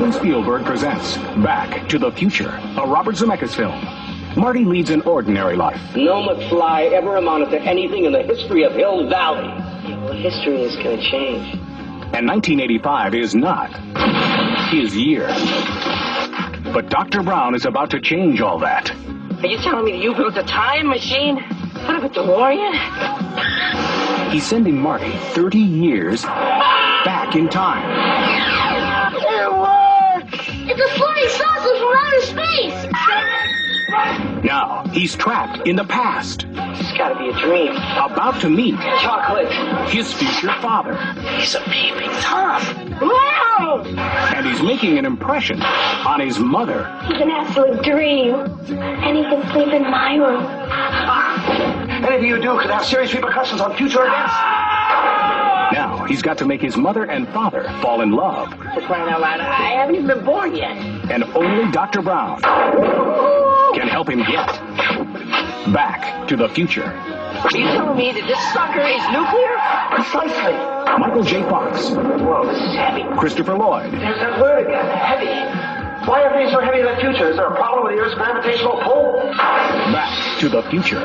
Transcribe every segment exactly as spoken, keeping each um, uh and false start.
Steven Spielberg presents Back to the Future, a Robert Zemeckis film. Marty leads an ordinary life. No McFly ever amounted to anything in the history of Hill Valley. Yeah, well, history is going to change. And nineteen eighty-five is not his year. But Doctor Brown is about to change all that. Are you telling me you built a time machine? What of a DeLorean? He's sending Marty thirty years back in time. It works! It's a flying saucer from outer space! Now, he's trapped in the past. It's got to be a dream. About to meet Chocolate. his future father. He's a peeping Tom. Wow! And he's making an impression on his mother. He's an absolute dream. And he can sleep in my room. Anything you do could have serious repercussions on future events. Now, he's got to make his mother and father fall in love. For crying out loud, I haven't even been born yet. And only Doctor Brown can help him get back to the future. Are you telling me that this sucker is nuclear? Precisely. Michael J. Fox, Whoa, this is heavy. Christopher Lloyd, There's that word again, heavy. Why are things so heavy in the future? Is there a problem with the Earth's gravitational pull? Back to the Future.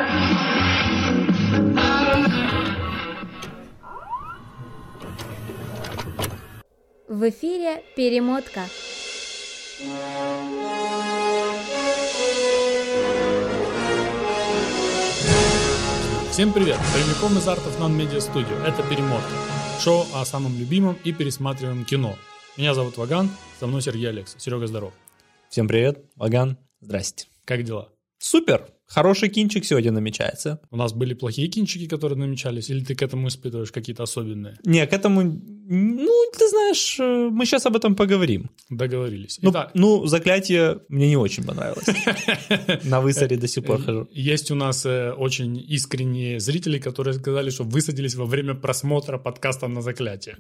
В эфире перемотка. Всем привет! Прямиком из Art of None Media Studio. Это перемотка. Шоу о самом любимом и пересматриваемом кино. Меня зовут Ваган, со мной Сергей Алекс. Серега, здоров. Всем привет, Ваган, здрасте. Как дела? Супер! Хороший кинчик сегодня намечается. У нас были плохие кинчики, которые намечались, или ты к этому испытываешь какие-то особенные? Не, к этому... Ну, ты знаешь, мы сейчас об этом поговорим. Договорились. Ну, Итак, ну «Заклятие» мне не очень понравилось. На высоре до сих пор хожу. Есть у нас очень искренние зрители, которые сказали, что высадились во время просмотра подкаста на «Заклятие».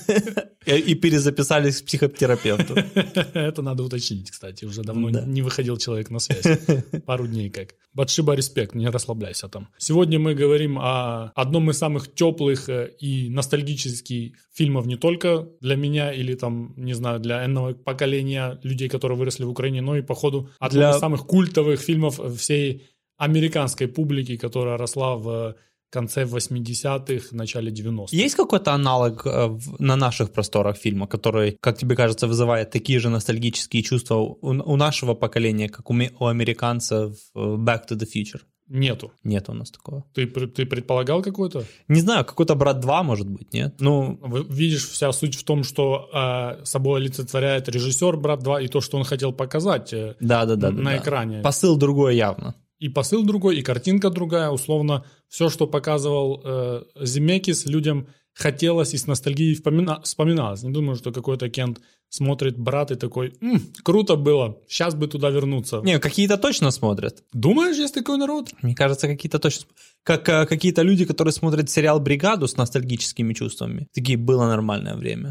И перезаписались к психотерапевту. Это надо уточнить, кстати. Уже давно Да. не выходил человек на связь. Пару дней как. Батшиба, респект, не расслабляйся там. Сегодня мы говорим о одном из самых теплых и ностальгических фильмов не только для меня или там, не знаю, для энного поколения людей, которые выросли в Украине, но и, походу, одном Для- из самых культовых фильмов всей американской публики, которая росла в конце восьмидесятых, начале девяностых. Есть какой-то аналог э, в- на наших просторах фильма, который, как тебе кажется, вызывает такие же ностальгические чувства у, у нашего поколения, как у, ме- у американцев э, Back to the Future? Нету. Нет у нас такого. Ты, пр- ты предполагал какой-то? Не знаю, какой-то «Брат два», может быть, нет? Ну, Вы- Видишь, вся суть в том, что э, собой олицетворяет режиссер «Брат два» и то, что он хотел показать э, да-да-да. на да. экране. Посыл другой явно. И посыл другой, и картинка другая. Условно, все, что показывал э, Земекис, людям хотелось и с ностальгией вспомина- вспоминалось. Не думаю, что какой-то Кент смотрит «Брат» и такой: «М, круто было, сейчас бы туда вернуться». Не, какие-то точно смотрят. Думаешь, есть такой народ? Мне кажется, какие-то точно... Как э, какие-то люди, которые смотрят сериал «Бригаду» с ностальгическими чувствами. Такие, было нормальное время.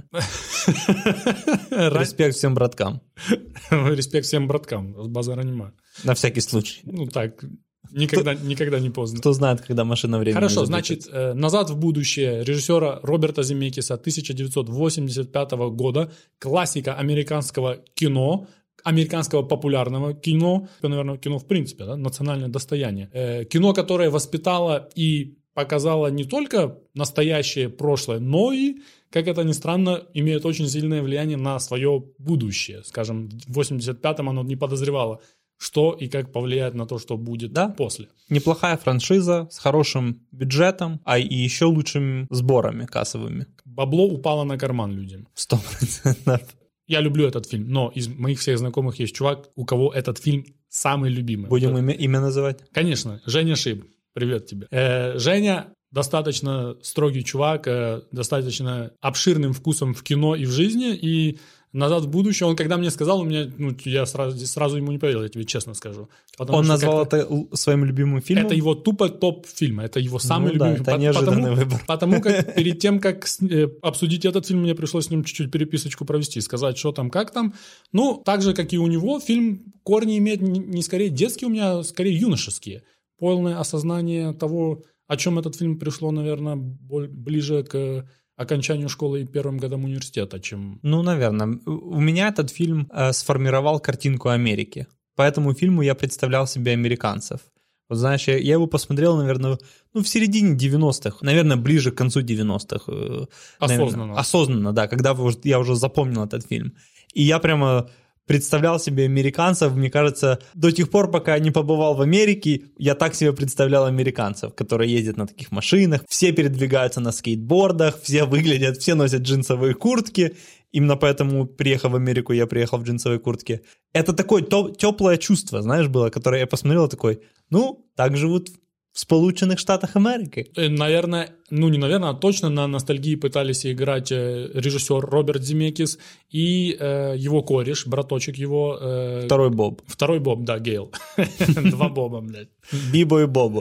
Респект всем браткам. Респект всем браткам, базара нема. На всякий случай. Ну так, никогда, никогда не поздно. Кто знает, когда машина времени Хорошо, запустится. значит, э, «Назад в будущее» режиссера Роберта Земекиса тысяча девятьсот восемьдесят пятого года, классика американского кино, американского популярного кино, наверное, кино в принципе, да, национальное достояние. Э, кино, которое воспитало и показало не только настоящее прошлое, но и, как это ни странно, имеет очень сильное влияние на свое будущее. Скажем, в восемьдесят пятом оно не подозревало, что и как повлияет на то, что будет Да. после. Неплохая франшиза с хорошим бюджетом, а и еще лучшими сборами кассовыми. Бабло упало на карман людям. Сто процентов. Я люблю этот фильм, но из моих всех знакомых есть чувак, у кого этот фильм самый любимый. Будем Это- имя, имя называть? Конечно, Женя Шиб. Привет тебе. Э, Женя достаточно строгий чувак, э, достаточно обширным вкусом в кино и в жизни, и «Назад в будущее», он когда мне сказал, у меня, ну, я сразу, сразу ему не поверил, я тебе честно скажу. Потому Он что назвал как-то- это л- своим любимым фильмом? Это его тупо топ фильма, это его самый Ну да, любимый. это По- неожиданный потому, выбор. Потому как перед тем, как с- э, обсудить этот фильм, мне пришлось с ним чуть-чуть переписочку провести, сказать, что там, как там. Ну, так же, как и у него, фильм корни имеет не, не скорее детские у меня, а скорее юношеские. Полное осознание того, о чем этот фильм пришло, наверное, боль- ближе к окончанию школы и первым годам университета, чем... Ну, наверное. У меня этот фильм э, сформировал картинку Америки. По этому фильму я представлял себе американцев. Вот знаешь, я, я его посмотрел, наверное, ну, в середине девяностых, наверное, ближе к концу девяностых. Э, осознанно. Наверное, осознанно, да, когда я уже запомнил этот фильм. И я прямо... представлял себе американцев, мне кажется, до тех пор, пока не побывал в Америке, я так себе представлял американцев, которые ездят на таких машинах, все передвигаются на скейтбордах, все выглядят, все носят джинсовые куртки. Именно поэтому, приехав в Америку, я приехал в джинсовой куртке. Это такое теплое чувство, знаешь, было, которое я посмотрел такой, ну, так живут в Сполученных Штатах Америки. Наверное, ну не наверное, а точно на ностальгии пытались играть режиссер Роберт Земекис и э, его кореш, браточек его. Э, Второй Боб. Второй Боб, да, Гейл. Два Боба, блядь. Бибо и Бобо.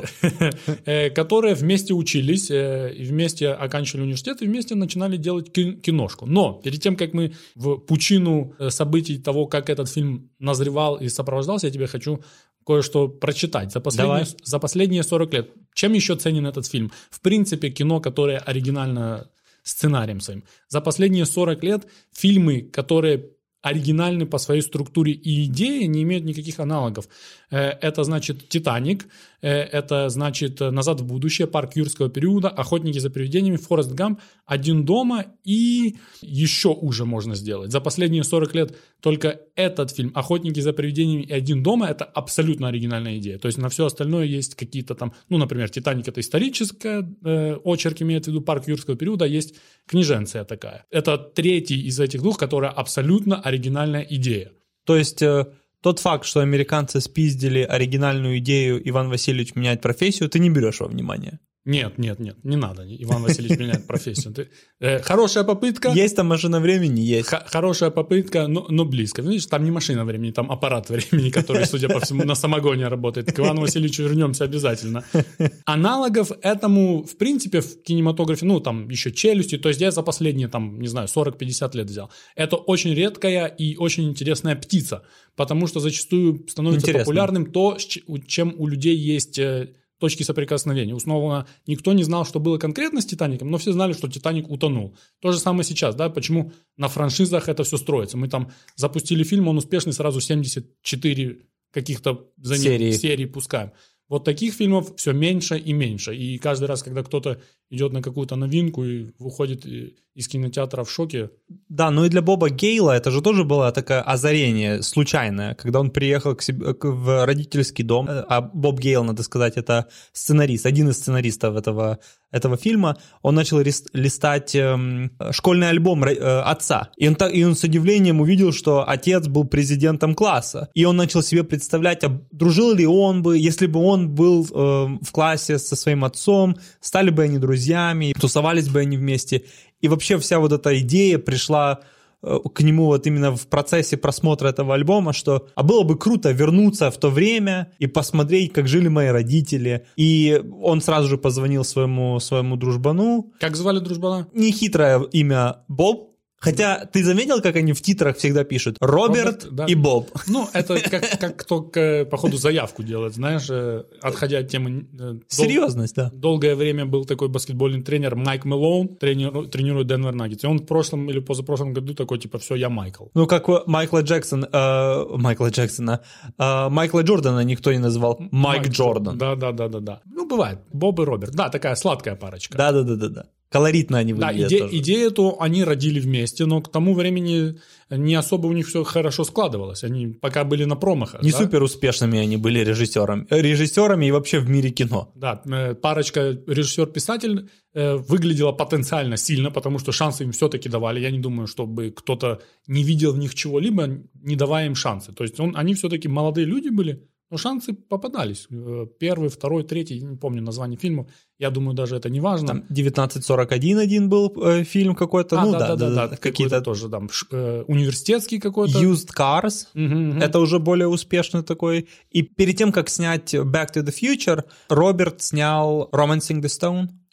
Которые вместе учились, и вместе оканчивали университет, и вместе начинали делать киношку. Но перед тем, как мы в пучину событий того, как этот фильм назревал и сопровождался, я тебе хочу кое-что прочитать. За последние, за последние сорок лет. Чем еще ценен этот фильм? В принципе, кино, которое оригинально сценарием своим. За последние сорок лет фильмы, которые оригинальны по своей структуре и идее, не имеют никаких аналогов. Это значит «Титаник», это значит «Назад в будущее», «Парк юрского периода», «Охотники за привидениями», «Форест Гамп», «Один дома» и еще уже можно сделать. За последние сорок лет только этот фильм «Охотники за привидениями» и «Один дома» — это абсолютно оригинальная идея. То есть на все остальное есть какие-то там, ну, например, «Титаник» — это историческая, э, очерк имеет в виду, «Парк юрского периода» есть книженция такая. Это третий из этих двух, которая абсолютно оригинальная идея. То есть... Э... Тот факт, что американцы спиздили оригинальную идею «Иван Васильевич меняет профессию», ты не берешь во внимание? Нет, нет, нет, не надо. Иван Васильевич меняет профессию. Ты, э, хорошая попытка. Есть там машина времени? Есть. Х- хорошая попытка, но, но близко. Видишь, там не машина времени, там аппарат времени, который, судя по всему, на самогоне работает. К Ивану Васильевичу вернемся обязательно. Аналогов этому, в принципе, в кинематографе, ну, там еще «Челюсти», то есть я за последние, там, не знаю, сорок-пятьдесят лет взял. Это очень редкая и очень интересная птица, потому что зачастую становится Интересно. популярным то, чем у людей есть... точки соприкосновения. Условно, никто не знал, что было конкретно с «Титаником», но все знали, что «Титаник» утонул. То же самое сейчас, да, почему на франшизах это все строится. Мы там запустили фильм, он успешный, сразу семьдесят четыре каких-то за ним серии. серии пускаем. Вот таких фильмов все меньше и меньше. И каждый раз, когда кто-то идет на какую-то новинку и выходит из кинотеатра в шоке. Да, ну и для Боба Гейла это же тоже было такое озарение случайное, когда он приехал к себе, к, в родительский дом. А Боб Гейл, надо сказать, это сценарист, один из сценаристов этого, этого фильма. Он начал листать э, школьный альбом э, отца. И он, и он с удивлением увидел, что отец был президентом класса. И он начал себе представлять, а дружил ли он бы, если бы он был э, в классе со своим отцом, стали бы они друзьями, тусовались бы они вместе. И вообще вся вот эта идея пришла э, к нему вот именно в процессе просмотра этого альбома, что а было бы круто вернуться в то время и посмотреть, как жили мои родители. И он сразу же позвонил своему, своему дружбану. Как звали дружбана? Нехитрое имя Боб. Хотя ты заметил, как они в титрах всегда пишут Роберт, Роберт да. и Боб? Ну, это как, как кто, по ходу, заявку делает, знаешь, отходя от темы. Серьезность, дол- да. Долгое время был такой баскетбольный тренер Майк Мэлоун, тренер, тренирует Денвер Наггетс. И он в прошлом или позапрошлом году такой, типа, все, я Майкл. Ну, как Майкла Джексона, э, Майкла Джексона, э, Майкла Джордана никто не называл Майк, Майк Джордан. Да, да, да, да, да. Ну, бывает. Боб и Роберт. Да, такая сладкая парочка. Да, да, да, да, да. Колоритно они выглядят. Да, иде- тоже. идею эту они родили вместе, но к тому времени не особо у них все хорошо складывалось. Они пока были на промахах. Не да? супер успешными они были режиссерами. Режиссерами и вообще в мире кино. Да, парочка режиссер-писатель выглядела потенциально сильно, потому что шансы им все-таки давали. Я не думаю, чтобы кто-то не видел в них чего-либо, не давая им шансы. То есть он, они все-таки молодые люди были, но шансы попадались. Первый, второй, третий, не помню название фильмов. Я думаю, даже это не важно. Там девятнадцать сорок один один был э, фильм какой-то. А, ну да, да, да, да, да, да, какие-то тоже там э, университетский какой-то. Used Cars. Угу, угу. Это уже более успешный такой. И перед тем, как снять Back to the Future, Роберт снял Romancing the Stone.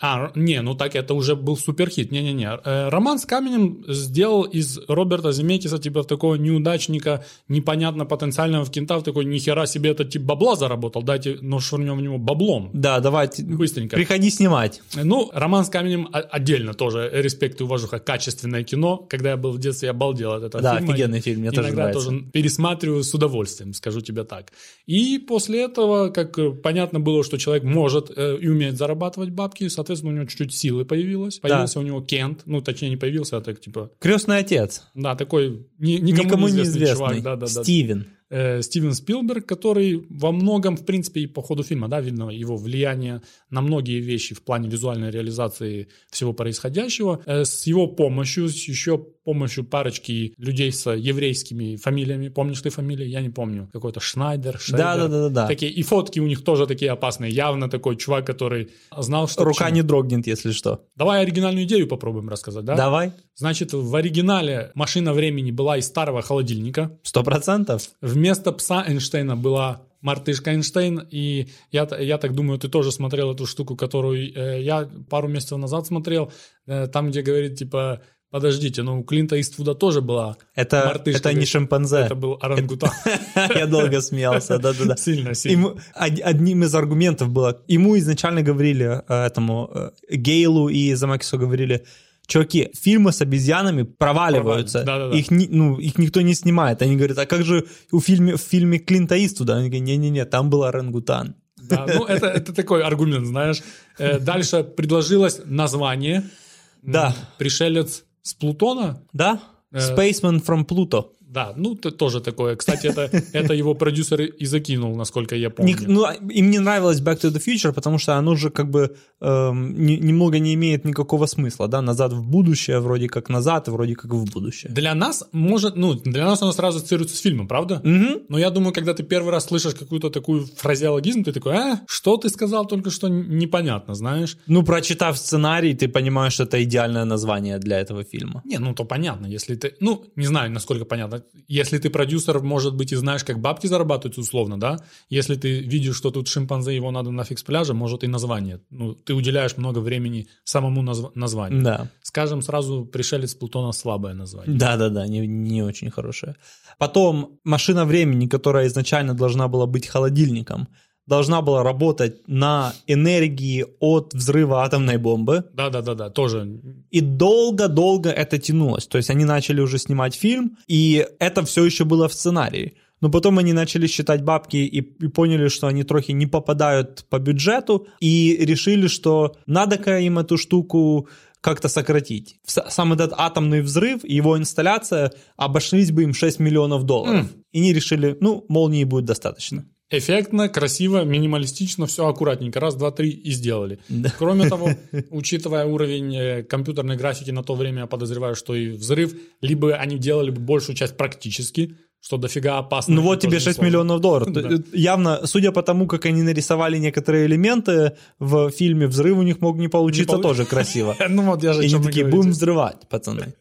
А, не, ну так это уже был суперхит. Не-не-не. «Роман с каменем» сделал из Роберта Земекиса типа такого неудачника, непонятно потенциального в кента, в такой, нихера себе, этот тип бабла заработал, дайте, ну, швырнем в него баблом. Да, давайте. Быстренько. Приходи снимать. Ну, «Роман с каменем» отдельно тоже респект и уважуха. Качественное кино. Когда я был в детстве, я обалдел от этого да, фильма. Да, офигенный фильм, мне тоже Иногда нравится. тоже пересматриваю с удовольствием, скажу тебе так. И после этого, как понятно было, что человек может э, и умеет зарабатывать бабки, соответственно, у него чуть-чуть силы появилось. Появился да. у него Кент, ну, точнее, не появился, а так, типа... Крестный отец. Да, такой ни, никому, никому неизвестный, неизвестный чувак. Да, да, Стивен. Да. Стивен Спилберг, который во многом, в принципе, и по ходу фильма, да, видно его влияние на многие вещи в плане визуальной реализации всего происходящего. С его помощью, с еще помощью парочки людей с еврейскими фамилиями. Помнишь ты фамилии? Я не помню. Какой-то Шнайдер, Шейдер. Да, да, да, да. Такие, и фотки у них тоже такие опасные. Явно такой чувак, который знал, что... Рука не дрогнет, если что. Давай оригинальную идею попробуем рассказать, да? Давай. Значит, в оригинале машина времени была из старого холодильника. Сто процентов. Вместо пса Эйнштейна была мартышка Эйнштейн, и я, я так думаю, ты тоже смотрел эту штуку, которую э, я пару месяцев назад смотрел, э, там, где говорит, типа, подождите, но у Клинта Иствуда тоже была это, мартышка. Это не шимпанзе. Это был орангутан. Я долго смеялся, да-да-да. Сильно, сильно. Одним из аргументов было, ему изначально говорили, этому Гейлу и Земекису говорили, чуваки, фильмы с обезьянами проваливаются, да, да, да. Их, ну, их никто не снимает. Они говорят, а как же у фильме, в фильме Клинта Иствуда? Они говорят, не-не-не, там был орангутан. Да, ну это, это такой аргумент, знаешь. Дальше предложилось название. Да. Пришелец с Плутона. Да, Spaceman from Pluto. Да, ну это тоже такое. Кстати, это, это его продюсер и закинул, насколько я помню. Не, ну, им не нравилось Back to the Future, потому что оно же как бы эм, не, немного не имеет никакого смысла, да, назад в будущее, вроде как назад, вроде как в будущее. Для нас может, ну, для нас оно сразу ассоциируется с фильмом, правда? Угу. Но я думаю, когда ты первый раз слышишь какую-то такую фразеологизм, ты такой, а, что ты сказал только что, непонятно, знаешь? Ну, прочитав сценарий, ты понимаешь, что это идеальное название для этого фильма. Не, ну то понятно, если ты, ну, не знаю, насколько понятно. Если ты продюсер, может быть, и знаешь, как бабки зарабатывать условно, да? Если ты видишь, что тут шимпанзе, его надо нафиг с пляжа, может и название. Ну, ты уделяешь много времени самому назв- названию. Да. Скажем сразу, «Пришелец Плутона» слабое название. Да-да-да, не, не очень хорошее. Потом «Машина времени», которая изначально должна была быть холодильником, должна была работать на энергии от взрыва атомной бомбы. Да-да-да, тоже. И долго-долго это тянулось. То есть они начали уже снимать фильм, и это все еще было в сценарии. Но потом они начали считать бабки и, и поняли, что они трохи не попадают по бюджету, и решили, что надо-ка им эту штуку как-то сократить. Сам этот атомный взрыв и его инсталляция обошлись бы им шесть миллионов долларов. Mm. И они решили, ну, молнии будет достаточно. Эффектно, красиво, минималистично, все аккуратненько. Раз, два, три и сделали. Да. Кроме того, учитывая уровень компьютерной графики на то время, я подозреваю, что и взрыв, либо они делали бы большую часть практически, что дофига опасно. Ну вот тебе шесть миллионов долларов. Да. Явно, судя по тому, как они нарисовали некоторые элементы в фильме, взрыв у них мог не получиться не тоже красиво. Ну вот я же. И они такие, будем взрывать, пацаны.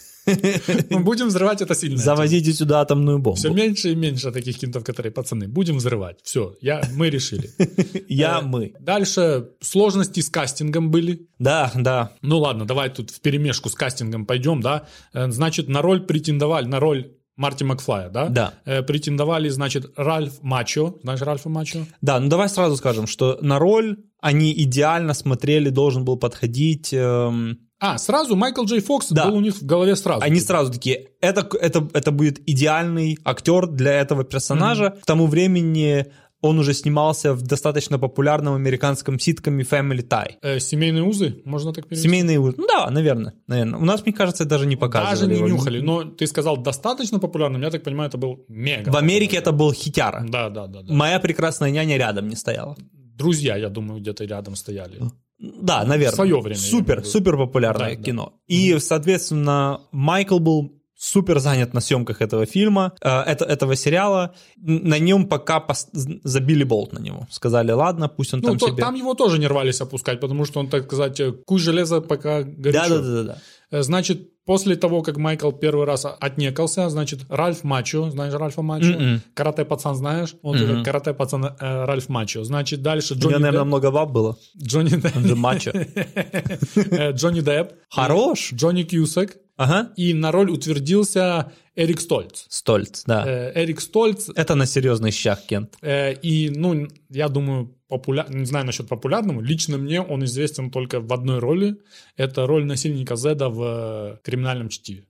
Мы будем взрывать, это сильно. Завозите сюда атомную бомбу. Все меньше и меньше таких кентов, которые, пацаны, будем взрывать. Все, я, мы решили. Я, мы. Дальше сложности с кастингом были. Да, да. Ну ладно, давай тут вперемешку с кастингом пойдем, да. Значит, на роль претендовали, на роль Марти Макфлая, да? Да. Э, претендовали, значит, Ральф Мачо. Знаешь Ральфа Мачо? Да, ну давай сразу скажем, что на роль они идеально смотрели, должен был подходить... Эм... А, сразу Майкл Джей Фокс да. был у них в голове сразу. Они сразу такие, это, это, это будет идеальный актер для этого персонажа. Mm-hmm. К тому времени... Он уже снимался в достаточно популярном американском ситкоме Family Tie. Э, семейные узы, можно так перевести? Семейные узы, ну да, наверное, наверное. У нас, мне кажется, даже не показывали. Даже не его. нюхали, но ты сказал достаточно популярным, я так понимаю, это был мега. В Америке это был хитяра. Да, да, да, да. Моя прекрасная няня рядом не стояла. Друзья, я думаю, где-то рядом стояли. Да, наверное. В свое время. Супер, супер популярное да, кино. Да. И, соответственно, Майкл был супер занят на съемках этого фильма, э, это, этого сериала. На нем пока пос- забили болт на него. Сказали, ладно, пусть он ну, там то, себе... Там его тоже не рвались опускать, потому что он, так сказать, куй железо пока горячо. Да-да-да. Значит, после того, как Майкл первый раз отнекался, значит, Ральф Мачо, знаешь Ральфа Мачо? Mm-mm. Карате-пацан знаешь? Вот Mm-mm. это карате-пацан э, Ральф Мачо. Значит, дальше Джонни У меня, наверное, Депп. много баб было. Джонни Депп. Он же мачо. Э, Джонни Депп. Хорош. Джонни Кьюсак. Ага. И на роль утвердился Эрик Стольц. Стольц, да. Э, Эрик Стольц. Это на серьезных щах, Кент. Э, и, ну, я думаю, популя... не знаю насчет популярного, лично мне он известен только в одной роли. Это роль насильника Зеда в э, «Криминальном чтиве».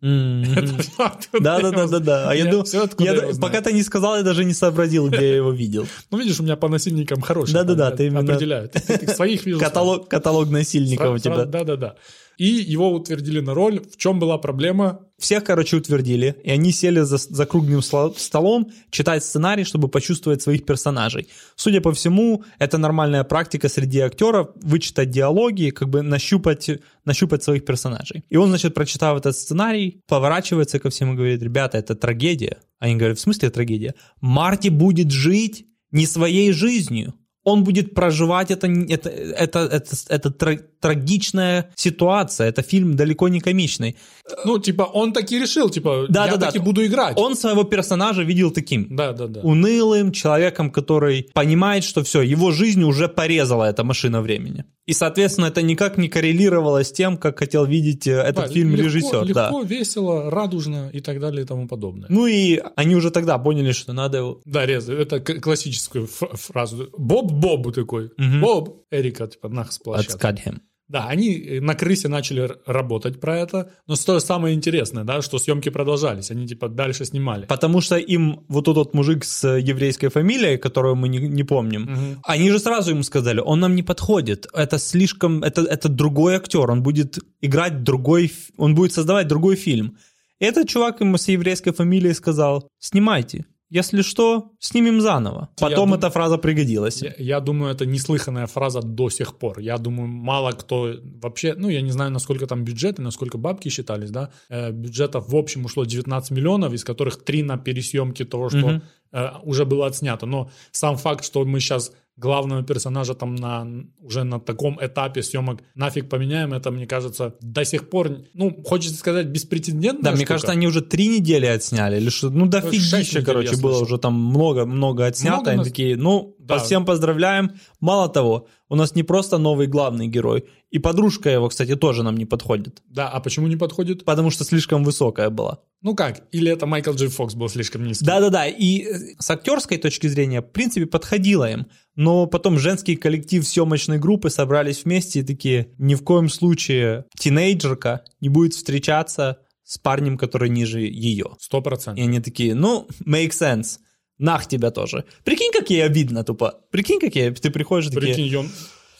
Да-да-да-да. А я думаю, пока ты не сказал, я даже не сообразил, где я его видел. Ну, видишь, у меня по насильникам хороший. Да-да-да, ты именно... определяют. Своих вижу. Каталог насильников у тебя. Да-да-да. И его утвердили на роль. В чем была проблема? Всех, короче, утвердили, и они сели за, за круглым столом читать сценарий, чтобы почувствовать своих персонажей. Судя по всему, это нормальная практика среди актеров, вычитать диалоги, как бы нащупать, нащупать своих персонажей. И он, значит, прочитав этот сценарий, поворачивается ко всем и говорит: ребята, это трагедия. Они говорят: в смысле трагедия? Марти будет жить не своей жизнью. Он будет проживать это, это, это, это, это тра- трагичная ситуация, это фильм далеко не комичный. Ну, типа, он так и решил, типа, да, я да, так да. и буду играть. Он своего персонажа видел таким. Да, да, да. Унылым человеком, который понимает, что все, его жизнь уже порезала эта машина времени. И, соответственно, это никак не коррелировало с тем, как хотел видеть этот да, фильм легко, режиссер. Легко, да. весело, радужно и так далее и тому подобное. Ну и они уже тогда поняли, что надо его... Да, резать. Это классическую фразу. Боб-Боб такой. Угу. Боб Эрика, типа, нахс площадка. Да, они на крысе начали работать про это, но что самое интересное, да, что съемки продолжались, они типа дальше снимали. Потому что им вот тот мужик с еврейской фамилией, которую мы не, не помним, угу. они же сразу ему сказали: он нам не подходит, это слишком, это, это другой актер, он будет играть другой, он будет создавать другой фильм. И этот чувак ему с еврейской фамилией сказал: снимайте. Если что, снимем заново. Потом я эта дум... фраза пригодилась. Я, я думаю, это неслыханная фраза до сих пор. Я думаю, мало кто вообще... Ну, я не знаю, насколько там бюджеты, насколько бабки считались, да. Э, бюджетов в общем ушло девятнадцать миллионов, из которых три на пересъемки того, что угу. э, уже было отснято. Но сам факт, что мы сейчас главного персонажа там на, уже на таком этапе съемок нафиг поменяем, это, мне кажется, до сих пор, ну, хочется сказать, беспрецедентная Да, штука. Мне кажется, они уже три недели отсняли, или что, ну, дофигища, короче, было уже там много-много отснято, много они нас... такие, ну, да. Всем поздравляем. Мало того, у нас не просто новый главный герой, и подружка его, кстати, тоже нам не подходит. Да, а почему не подходит? Потому что слишком высокая была. Ну как, или это Майкл Джей Фокс был слишком низкий? Да-да-да, и с актерской точки зрения, в принципе, подходило им, но потом женский коллектив съемочной группы собрались вместе и такие: ни в коем случае тинейджерка не будет встречаться с парнем, который ниже ее. Сто процентов. И они такие: ну, make sense. Нах тебя тоже. Прикинь, как ей обидно тупо. Прикинь, как ей... Ты приходишь такие... Прикинь, он...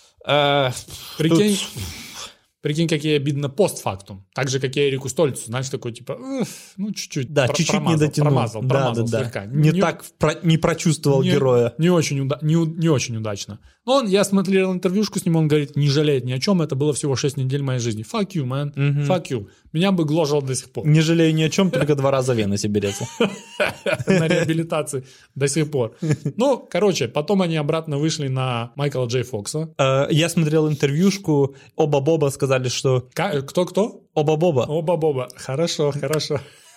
Э, Прикинь... тут... Прикинь, как ей обидно постфактум. Так же, как и Эрику Стольцу. Знаешь, такой типа, ну, чуть-чуть. Да, про- чуть-чуть промазал, не дотянул. Промазал, да, промазал да, слегка. да. Не, не так про- не прочувствовал не, героя. Не очень, уда- не, не очень удачно. Но он, я смотрел интервьюшку с ним, он говорит, не жалеет ни о чем, это было всего шесть недель моей жизни. Fuck you, man. Мгм. Fuck you. Меня бы гложил до сих пор. Не жалею ни о чем, только два раза вены себе берется. На реабилитации до сих пор. Ну, короче, потом они обратно вышли на Майкла Джей Фокса. Э, Я смотрел интервьюшку, оба Боба сказали, что... Ка- Кто-кто? Оба Боба. Оба Боба. Хорошо, хорошо.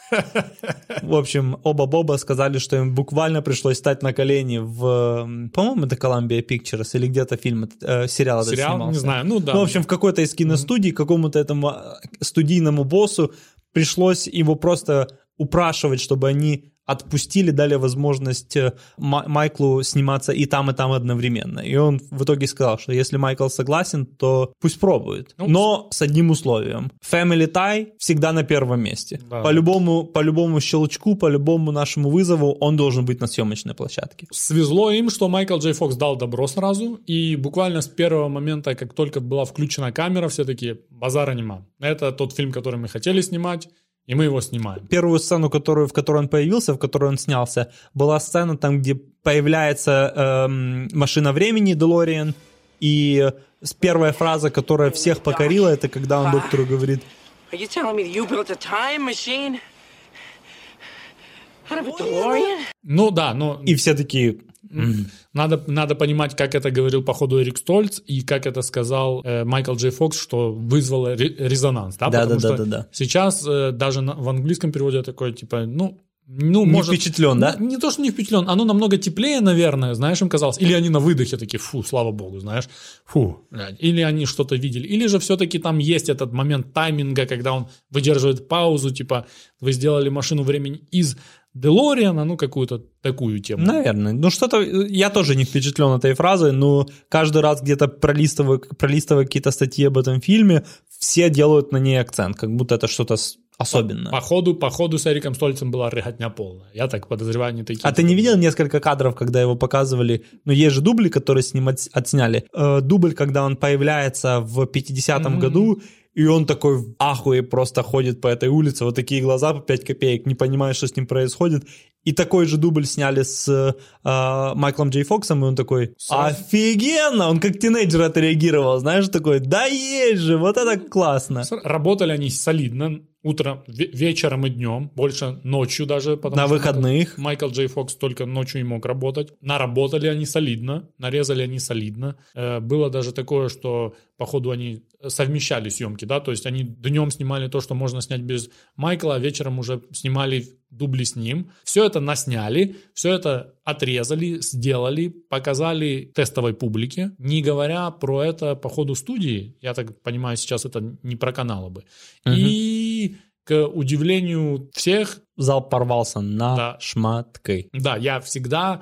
В общем, оба Боба сказали, что им буквально пришлось стать на колени в... По-моему, это Columbia Pictures или где-то фильм, э, сериал этот Сериал? снимался. Не знаю, ну да. Ну, в общем, в какой-то из киностудий какому-то этому студийному боссу пришлось его просто упрашивать, чтобы они отпустили, дали возможность Майклу сниматься и там, и там одновременно. И он в итоге сказал, что если Майкл согласен, то пусть пробует. Ну, но с одним условием. Family tie всегда на первом месте. Да. По любому, по любому щелчку, по любому нашему вызову он должен быть на съемочной площадке. Свезло им, что Майкл Джей Фокс дал добро сразу, и буквально с первого момента, как только была включена камера, все такие, базара нема. Это тот фильм, который мы хотели снимать, и мы его снимаем. Первую сцену, которую, в которой он появился, в которой он снялся, была сцена там, где появляется эм, машина времени, DeLorean, и первая фраза, которая всех покорила, это когда он доктору говорит: Are you telling me that you built a time machine out of a DeLorean? Ну да, но... И все такие: Mm. Надо, надо понимать, как это говорил по ходу Эрик Стольц и как это сказал э, Майкл Джей Фокс, что вызвало ре- резонанс. Да, да, потому да, что да, да, да. сейчас э, даже на, в английском переводе такое, типа, ну... Ну, не может, впечатлен, да? Не, не то, что не впечатлен, оно намного теплее, наверное, знаешь, им казалось. Или они на выдохе такие, фу, слава богу, знаешь, фу. Или они что-то видели. Или же все-таки там есть этот момент тайминга, когда он выдерживает паузу, типа, вы сделали машину времени из Делориана, ну, какую-то такую тему. Наверное. Ну, что-то... Я тоже не впечатлен этой фразой, но каждый раз где-то пролистывая, пролистывая какие-то статьи об этом фильме, все делают на ней акцент, как будто это что-то особенное. По, по, ходу, по ходу с Эриком Стольцем была рыготня полная. Я так подозреваю, не такие. А ты не видел несколько кадров, когда его показывали? Ну, есть же дубли, которые с ним от, отсняли. Э, дубль, когда он появляется в пятидесятом mm-hmm. году, и он такой в ахуе просто ходит по этой улице, вот такие глаза по пять копеек, не понимая, что с ним происходит. И такой же дубль сняли с э, Майклом Джей Фоксом, и он такой, офигенно! Он как тинейджер отреагировал, знаешь, такой, да есть же, вот это классно. Работали они солидно, утром, вечером и днем, больше ночью даже. Потому на что выходных. Майкл Джей Фокс только ночью и мог работать. Наработали они солидно, нарезали они солидно. Было даже такое, что походу они совмещали съемки, да, то есть они днем снимали то, что можно снять без Майкла, а вечером уже снимали дубли с ним. Все это насняли, все это отрезали, сделали, показали тестовой публике, не говоря про это по ходу студии. Я так понимаю, сейчас это не про каналы бы. Угу. И к удивлению всех... Зал порвался на да. шматки. Да, я всегда...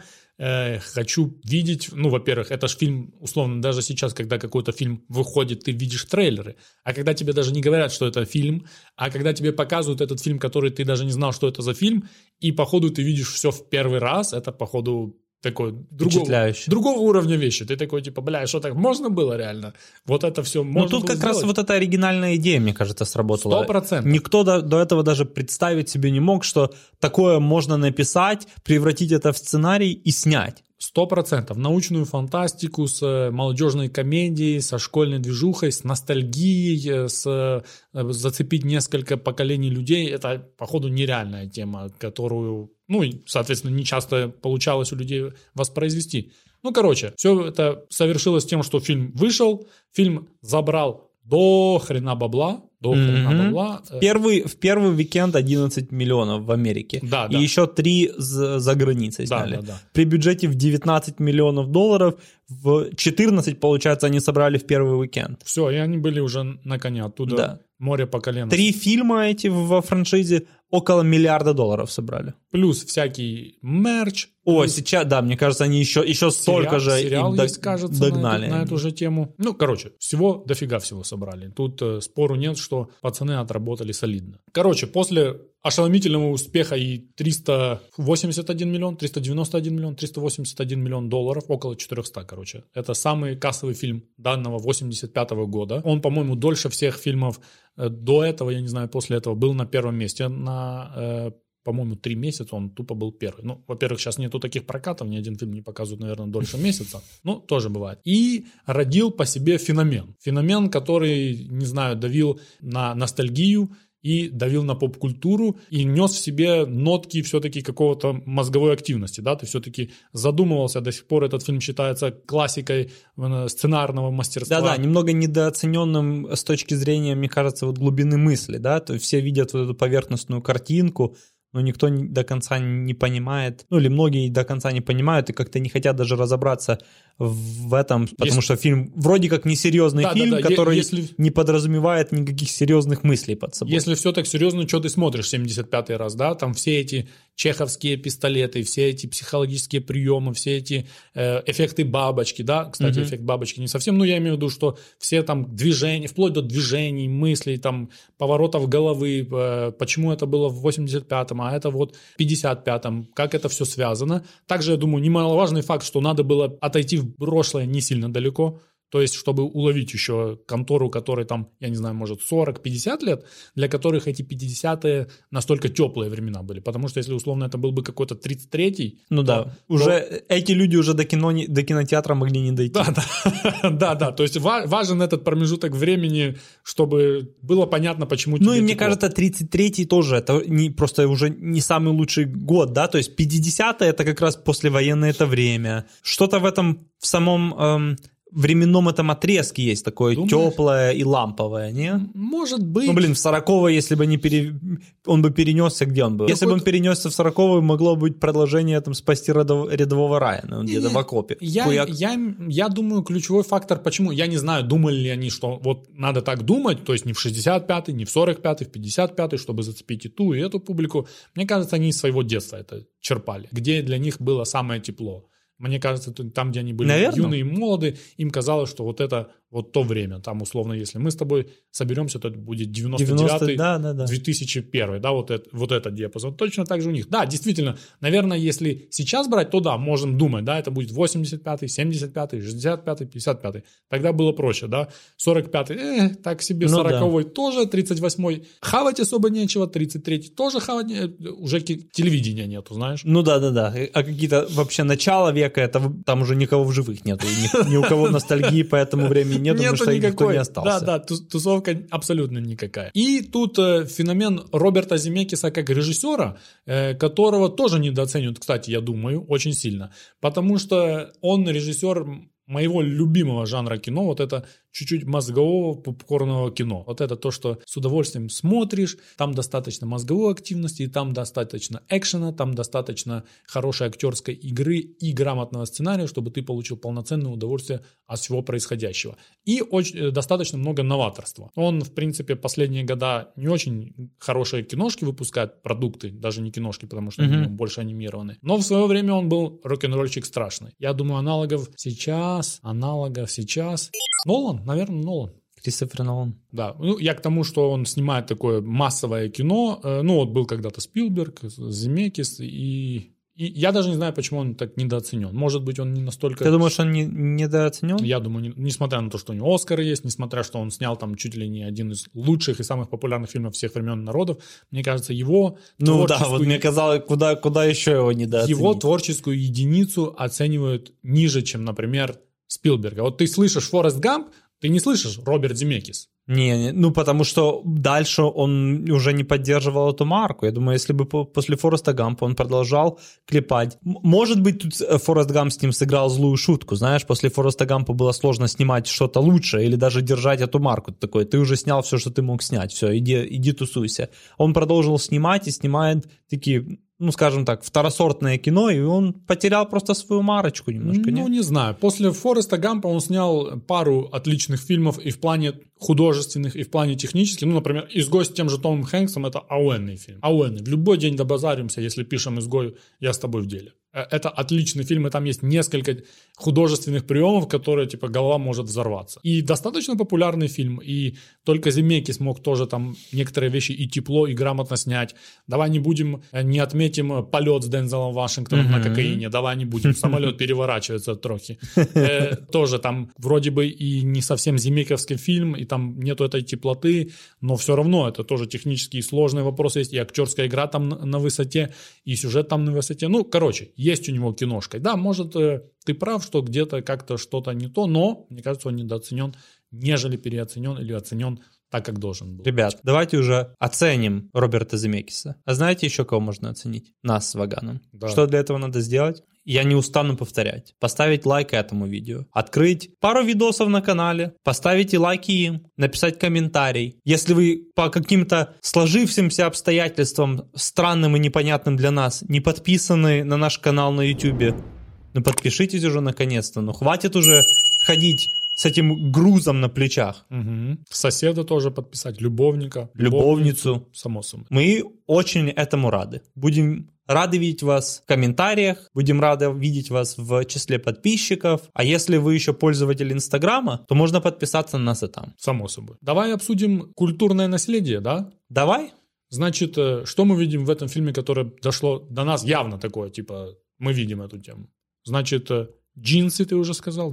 хочу видеть, ну, во-первых, это же фильм, условно, даже сейчас, когда какой-то фильм выходит, ты видишь трейлеры, а когда тебе даже не говорят, что это фильм, а когда тебе показывают этот фильм, который ты даже не знал, что это за фильм, и походу ты видишь все в первый раз, это походу такой другого, другого уровня вещи. Ты такой, типа, бля, что так можно было реально? Вот это все можно было Ну, тут как сделать? раз вот эта оригинальная идея, мне кажется, сработала. Сто процентов. Никто до, до этого даже представить себе не мог, что такое можно написать, превратить это в сценарий и снять. Сто процентов. Научную фантастику с молодежной комедией, со школьной движухой, с ностальгией, с зацепить несколько поколений людей. Это, походу, нереальная тема, которую, ну, соответственно, не часто получалось у людей воспроизвести. Ну, короче, все это совершилось тем, что фильм вышел, фильм забрал до хрена бабла, до хрена mm-hmm. бабла. В первый, в первый уикенд одиннадцать миллионов в Америке. Да, и да. еще три за, за границей сняли. Да, да, да. При бюджете в девятнадцать миллионов долларов, в четырнадцать, получается, они собрали в первый уикенд. Все, и они были уже на коне, оттуда да. море по колено. Три фильма эти во франшизе около миллиарда долларов собрали. Плюс всякий мерч. О, плюс... сейчас, да, мне кажется, они еще, еще столько сериал, же сериал им есть, кажется, догнали. На эту, на эту же тему. Ну, короче, всего дофига всего собрали. Тут э, спору нет, что пацаны отработали солидно. Короче, после ошеломительного успеха и триста восемьдесят один миллион, триста девяносто один миллион, триста восемьдесят один миллион долларов, около четыреста, короче. Это самый кассовый фильм данного восемьдесят пятого года. Он, по-моему, дольше всех фильмов э, до этого, я не знаю, после этого, был на первом месте на... Э, по-моему, три месяца он тупо был первый. Ну, во-первых, сейчас нету таких прокатов, ни один фильм не показывают, наверное, дольше месяца. Ну, тоже бывает. И родил по себе феномен. Феномен, который, не знаю, давил на ностальгию и давил на поп-культуру, и нес в себе нотки все-таки какого-то мозговой активности, да, ты все-таки задумывался, до сих пор этот фильм считается классикой сценарного мастерства. Да-да, немного недооцененным с точки зрения, мне кажется, вот глубины мысли, да, то есть все видят вот эту поверхностную картинку, но никто до конца не понимает, ну или многие до конца не понимают и как-то не хотят даже разобраться в этом, потому если... что фильм вроде как несерьезный да, фильм, да, да. который если... не подразумевает никаких серьезных мыслей под собой. Если все так серьезно, что ты смотришь семьдесят пятый раз, да, там все эти чеховские пистолеты, все эти психологические приемы, все эти э, эффекты бабочки, да, кстати, mm-hmm. эффект бабочки не совсем, но я имею в виду, что все там движения, вплоть до движений, мыслей, там, поворотов головы, э, почему это было в восемьдесят пятом, а это вот в пятьдесят пятом, как это все связано. Также, я думаю, немаловажный факт, что надо было отойти в прошлое не сильно далеко, То есть, чтобы уловить еще контору, которой там, я не знаю, может, сорок-пятьдесят лет, для которых эти пятидесятые настолько теплые времена были. Потому что, если условно это был бы какой-то тридцать третий... Ну то, да, уже то... эти люди уже до, кино, до кинотеатра могли не дойти. Да, да, да, да. То есть важен этот промежуток времени, чтобы было понятно, почему тебе Ну и мне тепло. кажется, тридцать третий тоже, это не, просто уже не самый лучший год, да, то есть пятидесятые это как раз послевоенное это время. Что-то в этом, в самом... Эм... временном этом отрезке есть такое Думаешь? теплое и ламповое, не? Может быть. Ну, блин, в сороковой, если бы не пере... он бы перенесся, где он был? Если бы он перенесся в сороковую, могло быть продолжение там «Спасти рядов... рядового Райана», он где-то в окопе. Я, я, я думаю, ключевой фактор, почему, я не знаю, думали ли они, что вот надо так думать, то есть не в шестьдесят пятый, не в сорок пятый, в пятьдесят пятый, чтобы зацепить и ту, и эту публику. Мне кажется, они из своего детства это черпали, где для них было самое тепло. Мне кажется, там, где они были Наверное. юные и молоды, им казалось, что вот это вот то время. Там, условно, если мы с тобой соберемся, то это будет девяносто девятый, да, да, да. две тысячи первый, да, вот, это, вот этот диапазон. Точно так же у них. Да, действительно, наверное, если сейчас брать, то да, можем думать, да, это будет восемьдесят пятый, семьдесят пятый, шестьдесят пятый, пятьдесят пятый. Тогда было проще, да. сорок пятый, э, так себе, ну, сороковой да. тоже, тридцать восьмой, хавать особо нечего, тридцать третий тоже хавать, уже телевидения нету, знаешь. Ну да, да, да. А какие-то вообще начало века, это там уже никого в живых нету, ни, ни у кого ностальгии по этому времени нет, потому что никакой. Никто не остался. Да, да, тусовка абсолютно никакая. И тут э, феномен Роберта Земекиса как режиссера, э, которого тоже недооценивают, кстати, я думаю, очень сильно, потому что он режиссер моего любимого жанра кино, вот это чуть-чуть мозгового попкорного кино. Вот это то, что с удовольствием смотришь, там достаточно мозговой активности, и там достаточно экшена, там достаточно хорошей актерской игры и грамотного сценария, чтобы ты получил полноценное удовольствие от всего происходящего. И очень, достаточно много новаторства. Он, в принципе, последние года не очень хорошие киношки выпускает, продукты, даже не киношки, потому что mm-hmm. они больше анимированы. Но в свое время он был рок-н-ролльчик страшный. Я думаю, аналогов сейчас, аналогов сейчас... Нолан, наверное, Нолан. Кристофер Нолан. Да, ну я к тому, что он снимает такое массовое кино. Ну вот был когда-то Спилберг, Земекис, и, и я даже не знаю, почему он так недооценен. Может быть, он не настолько... Ты думаешь, он не, недооценен? Я думаю, не, несмотря на то, что у него Оскары есть, несмотря на то, что он снял там чуть ли не один из лучших и самых популярных фильмов всех времен и народов, мне кажется, его... Ну да, вот мне казалось, куда, куда еще его недооценить? Его творческую единицу оценивают ниже, чем, например, Спилберга. Вот ты слышишь Форест Гамп, ты не слышишь Роберт Земекис. Не, не, ну потому что дальше он уже не поддерживал эту марку. Я думаю, если бы после Фореста Гампа он продолжал клепать. Может быть, тут Форест Гамп с ним сыграл злую шутку. Знаешь, после Фореста Гампа было сложно снимать что-то лучше или даже держать эту марку. Такой, ты уже снял все, что ты мог снять. Все, иди, иди тусуйся. Он продолжил снимать и снимает такие... ну, скажем так, второсортное кино, и он потерял просто свою марочку немножко, Ну, не, не знаю. После Фореста Гампа он снял пару отличных фильмов и в плане художественных, и в плане технических. Ну, например, «Изгой» с тем же Томом Хэнксом — это ауэнный фильм. Ауэнный. В любой день добазаримся, если пишем «Изгой», я с тобой в деле. Это отличный фильм, и там есть несколько художественных приемов, которые, типа, голова может взорваться. И достаточно популярный фильм, и только Земекис смог тоже там некоторые вещи и тепло, и грамотно снять. Давай не будем, не отметим полет с Дензелом Вашингтоном mm-hmm. на кокаине, давай не будем, самолет переворачивается трохи. Тоже там вроде бы и не совсем земекисовский фильм, и там нету этой теплоты, но все равно это тоже технически сложный вопрос есть, и актерская игра там на высоте, и сюжет там на высоте. Ну, короче, есть у него киношка. Да, может, ты прав, что где-то как-то что-то не то, но, мне кажется, он недооценен, нежели переоценен или оценен так, как должен был. Ребят, давайте уже оценим Роберта Земекиса. А знаете еще кого можно оценить? Нас с Ваганом. Да. Что для этого надо сделать? Я не устану повторять. Поставить лайк этому видео. Открыть пару видосов на канале. Поставить и лайки им. Написать комментарий. Если вы по каким-то сложившимся обстоятельствам, странным и непонятным для нас, не подписаны на наш канал на YouTube, ну подпишитесь уже наконец-то. Ну хватит уже ходить с этим грузом на плечах. Угу. Соседа тоже подписать. Любовника. Любовницу. Любовницу. Само собой. Мы очень этому рады. Будем рады видеть вас в комментариях, будем рады видеть вас в числе подписчиков. А если вы еще пользователь Инстаграма, то можно подписаться на нас и там. Само собой. Давай обсудим культурное наследие, да? Давай. Значит, что мы видим в этом фильме, которое дошло до нас явно такое, типа, мы видим эту тему. Значит, джинсы, ты уже сказал, да?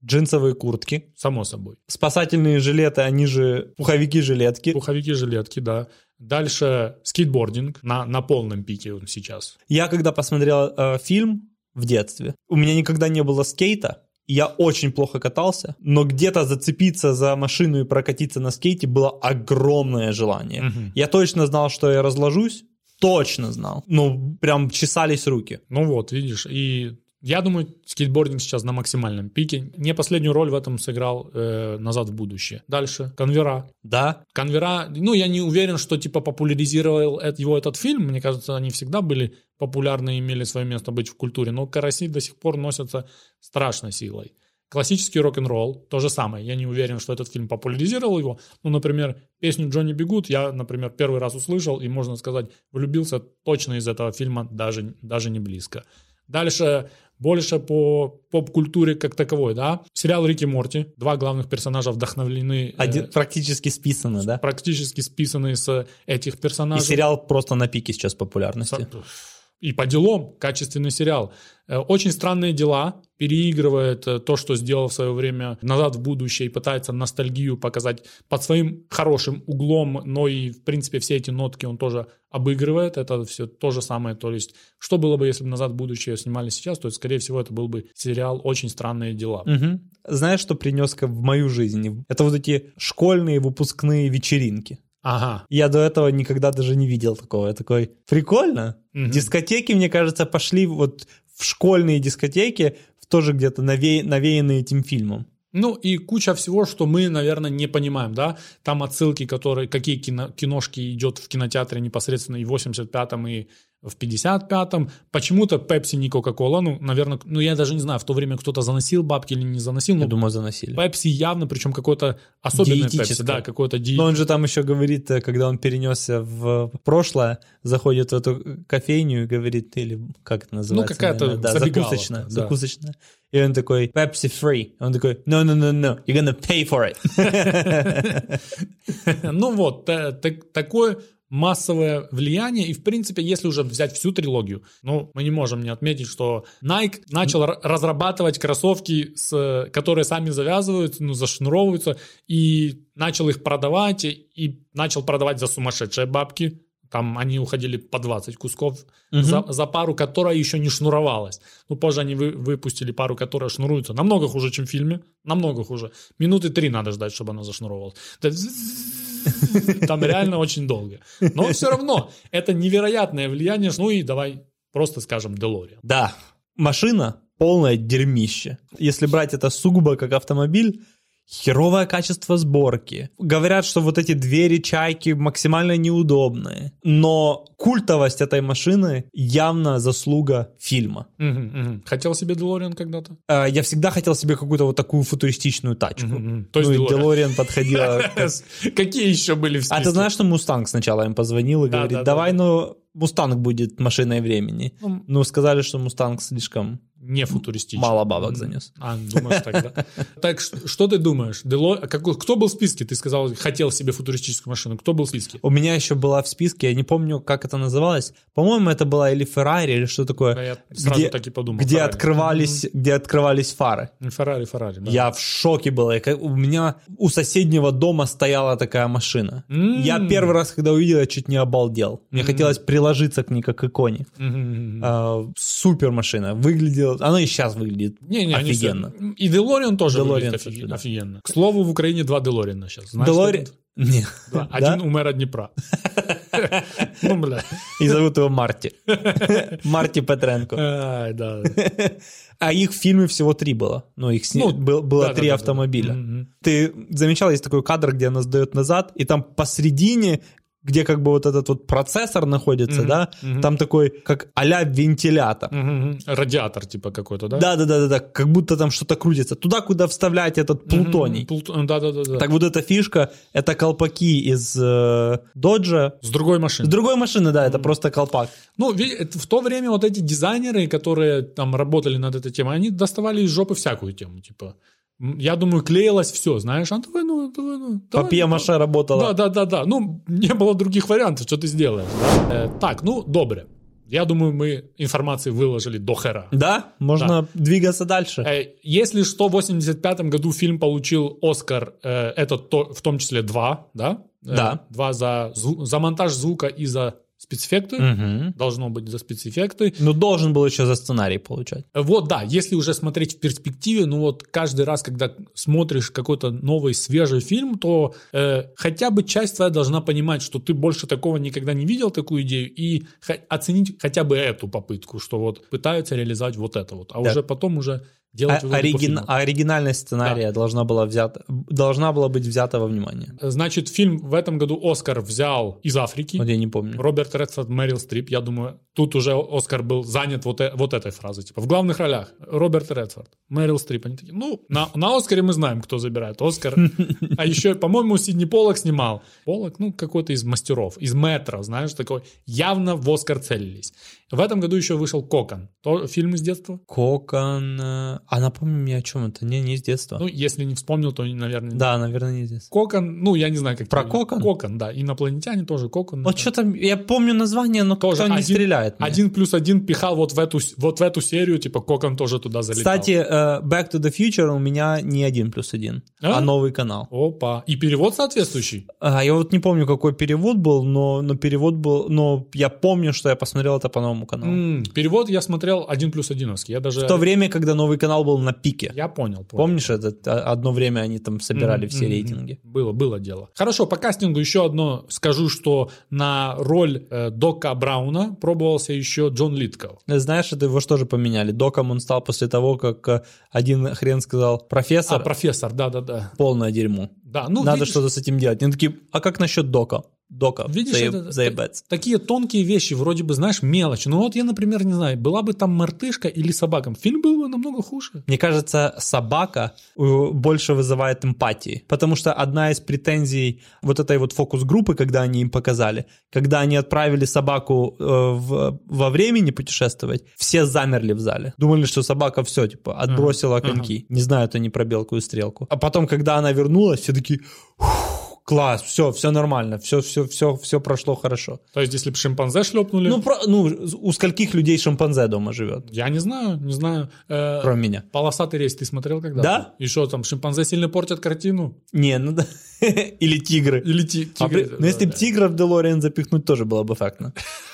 Джинсовые куртки. Само собой. Спасательные жилеты, они же пуховики-жилетки. Пуховики-жилетки, да. Дальше скейтбординг на, на полном пике он сейчас. Я когда посмотрел э, фильм в детстве, у меня никогда не было скейта, я очень плохо катался, но где-то зацепиться за машину и прокатиться на скейте было огромное желание. Угу. Я точно знал, что я разложусь, точно знал. Ну, прям чесались руки. Ну вот, видишь, и... Я думаю, скейтбординг сейчас на максимальном пике. Не последнюю роль в этом сыграл э, «Назад в будущее». Дальше. Конвера. Да. Конвера. Ну, я не уверен, что типа популяризировал его этот фильм. Мне кажется, они всегда были популярны и имели свое место быть в культуре. Но караси до сих пор носятся страшной силой. Классический рок-н-ролл. То же самое. Я не уверен, что этот фильм популяризировал его. Ну, например, песню «Джонни Би Гуд» я, например, первый раз услышал и, можно сказать, влюбился точно из этого фильма, даже, даже не близко. Дальше... Больше по поп-культуре как таковой, да. Сериал «Рик и Морти». Два главных персонажа вдохновлены... Один, э, практически списаны, да? Практически списаны с этих персонажей. И сериал просто на пике сейчас популярности. И по делам, качественный сериал. Очень странные дела. Переигрывает то, что сделал в свое время «Назад в будущее» и пытается ностальгию показать под своим хорошим углом, но и, в принципе, все эти нотки он тоже обыгрывает. Это все то же самое. То есть, что было бы, если бы «Назад в будущее» снимали сейчас, то, скорее всего, это был бы сериал «Очень странные дела». Угу. Знаешь, что принес в мою жизнь? Это вот эти школьные выпускные вечеринки. Ага. Я до этого никогда даже не видел такого. Я такой, прикольно. Угу. Дискотеки, мне кажется, пошли вот в школьные дискотеки, тоже где-то наве... навеянные этим фильмом. Ну и куча всего, что мы, наверное, не понимаем, да. Там отсылки, которые, какие кино... киношки идет в кинотеатре непосредственно и в восемьдесят пятом, и в пятьдесят пятом. Почему-то Пепси, не Кока-Кола. Ну, наверное, ну я даже не знаю, в то время кто-то заносил бабки или не заносил. Я думаю, заносили. Пепси явно, причем какое-то особенное Пепси. Да, какое-то ди... Но он же там еще говорит, когда он перенесся в прошлое, заходит в эту кофейню и говорит, или как это называется? Ну, какая-то да, закусочная. Да. закусочная. И он такой, Pepsi free. Он такой, no, no, no, no, you're gonna pay for it. Ну вот, такое массовое влияние. И, в принципе, если уже взять всю трилогию, ну, мы не можем не отметить, что Nike начал разрабатывать кроссовки, с, которые сами завязываются, ну, зашнуровываются, и начал их продавать, и начал продавать за сумасшедшие бабки. Там они уходили по двадцать кусков угу. за, за пару, которая еще не шнуровалась. Ну, позже они вы, выпустили пару, которая шнуруется. Намного хуже, чем в фильме. Намного хуже. Минуты три надо ждать, чтобы она зашнуровалась. Там реально очень долго. Но все равно это невероятное влияние. Ну и давай просто скажем DeLorean. Да, машина полное дерьмище. Если брать это сугубо как автомобиль, херовое качество сборки. Говорят, что вот эти двери чайки максимально неудобные. Но культовость этой машины явно заслуга фильма. Угу, угу. Хотел себе DeLorean когда-то? А, я всегда хотел себе какую-то вот такую футуристичную тачку. Угу, угу. То есть ну, DeLorean. DeLorean подходила. Какие еще были в списке? А ты знаешь, что Мустанг сначала им позвонил и говорит, давай, ну, Мустанг будет машиной времени. Ну, сказали, что Мустанг слишком... Не футуристичный. Мало бабок занес. А, думаешь тогда? Так, что ты думаешь? Дело... Кто был в списке? Ты сказал, хотел себе футуристическую машину. Кто был в списке? У меня еще была в списке, я не помню, как это называлось. По-моему, это была или Феррари, или что такое. Я сразу где, так и подумал. Где открывались, где открывались фары. Феррари, Феррари, да. Я в шоке был. У меня у соседнего дома стояла такая машина. Mm-hmm. Я первый раз, когда увидел, я чуть не обалдел. Мне mm-hmm. хотелось приложиться к ней, как к иконе. Mm-hmm. А, супер машина. Выглядела... Она и сейчас выглядит не, не, офигенно. И DeLorean тоже DeLorean выглядит офиг... да. офигенно. К слову, в Украине два DeLorean сейчас. Знаешь, DeLorean? Нет. Да. Один да? у мэра Днепра. Ну, бля. И зовут его Марти. Марти Петренко. А, да. А их в фильме всего три было. Ну, их сни... ну, был, было да, три да, автомобиля. Да, да. Ты замечал, есть такой кадр, где она сдает назад, и там посредине, где как бы вот этот вот процессор находится, mm-hmm, да, mm-hmm. там такой, как а-ля вентилятор. Mm-hmm. Радиатор типа какой-то, да? Да-да-да, как будто там что-то крутится. Туда, куда вставлять этот плутоний. Mm-hmm. Плут... Да-да-да. Так вот эта фишка, это колпаки из э, Доджа. С другой машины. С другой машины, да, это mm-hmm. просто колпак. Ну, в то время вот эти дизайнеры, которые там работали над этой темой, они доставали из жопы всякую тему, типа... Я думаю, клеилось все, знаешь, а давай, ну, давай, ну. Папье-маше работала. Да, да, да, да. Ну, не было других вариантов, что ты сделаешь. Да? Э, так, ну, добре. Я думаю, мы информации выложили до хера. Да? Можно Да. двигаться дальше. Э, Если что, в восемьдесят пятом году фильм получил Оскар, э, это то, в том числе два, да? Э, Да. Два за, зву- за монтаж звука и за спецэффекты. Мгм. Должно быть за спецэффекты. Ну, должен был еще за сценарий получать. Вот, да, если уже смотреть в перспективе, ну вот каждый раз, когда смотришь какой-то новый, свежий фильм, то э, хотя бы часть твоя должна понимать, что ты больше такого никогда не видел, такую идею, и х- оценить хотя бы эту попытку, что вот пытаются реализовать вот это вот, а Да. уже потом уже делать А, уже по оригин- фильму. а оригинальность сценария должна, была взята, должна была быть взята во внимание. Значит, фильм в этом году Оскар взял из Африки. Вот я не помню. Роберт Редфорд, Мэрил Стрип. Я думаю, тут уже Оскар был занят вот, э- вот этой фразой. Типа, в главных ролях Роберт Редфорд, Мэрил Стрип. Они такие, ну, на, на Оскаре мы знаем, кто забирает Оскар. А еще, по-моему, Сидни Поллак снимал. Поллак, ну, какой-то из мастеров, из метро, знаешь, такой. Явно в Оскар целились. В этом году еще вышел «Кокон». То, фильм из детства. Кокон... э, А напомни мне, о чем это? Не, не из детства. Ну, если не вспомнил, то, наверное, не. Да, наверное, не из детства. «Кокон», ну, я не знаю, как... Про его- «Кокон»? «Кокон», да. Инопланетяне тоже «Кокон». Вот что-то, я помню название, но Тоже кто не один- стреляет мне. Один плюс один пихал вот в эту, с- вот в эту серию, типа «Кокон» тоже туда залетал. Кстати, э, Back to the Future у меня не один плюс один, А? а новый канал. Опа. И перевод соответствующий? А, я вот не помню, какой перевод был, но, но перевод был, но я помню, что я посмотрел это по новому каналу. М, перевод я смотрел один плюс одиновский. Я даже... В то время, когда новый канал был на пике. Я понял. понял. Помнишь, это а, одно время они там собирали Мгм, все мгм. рейтинги? Было, было дело. Хорошо, по кастингу еще одно скажу, что на роль э, Дока Брауна пробовался еще Джон Литкоу. Знаешь, это его что же поменяли? Доком он стал после того, как э, один хрен сказал, А, профессор, профессор, да-да-да. полное дерьмо. Да, ну, Надо видишь, что-то с этим делать. Они такие, а как насчет Дока? Дока, Видишь, заеб- это- заебаться. такие тонкие вещи, вроде бы, знаешь, мелочи. Ну вот я, например, не знаю, была бы там мартышка или собака, фильм был бы намного хуже. Мне кажется, собака э, больше вызывает эмпатии, потому что одна из претензий вот этой вот фокус-группы, когда они им показали, когда они отправили собаку э, в, во времени путешествовать, все замерли в зале. Думали, что собака все, типа, отбросила Ага, коньки. Не знаю, это не про белку и стрелку. А потом, когда она вернулась, все такие... «Ух, класс, все, все нормально, все, все, все, все прошло хорошо». То есть, если бы шимпанзе шлепнули... Ну, про, ну, у скольких людей шимпанзе дома живет? Я не знаю, не знаю. Э, Кроме меня. «Полосатый рейс» ты смотрел когда-то? Да. И что там, шимпанзе сильно портят картину? Не, ну да. Или тигры. Или ти- А тигры? при- ну, если бы тигра в Делориан запихнуть, тоже было бы эффектно.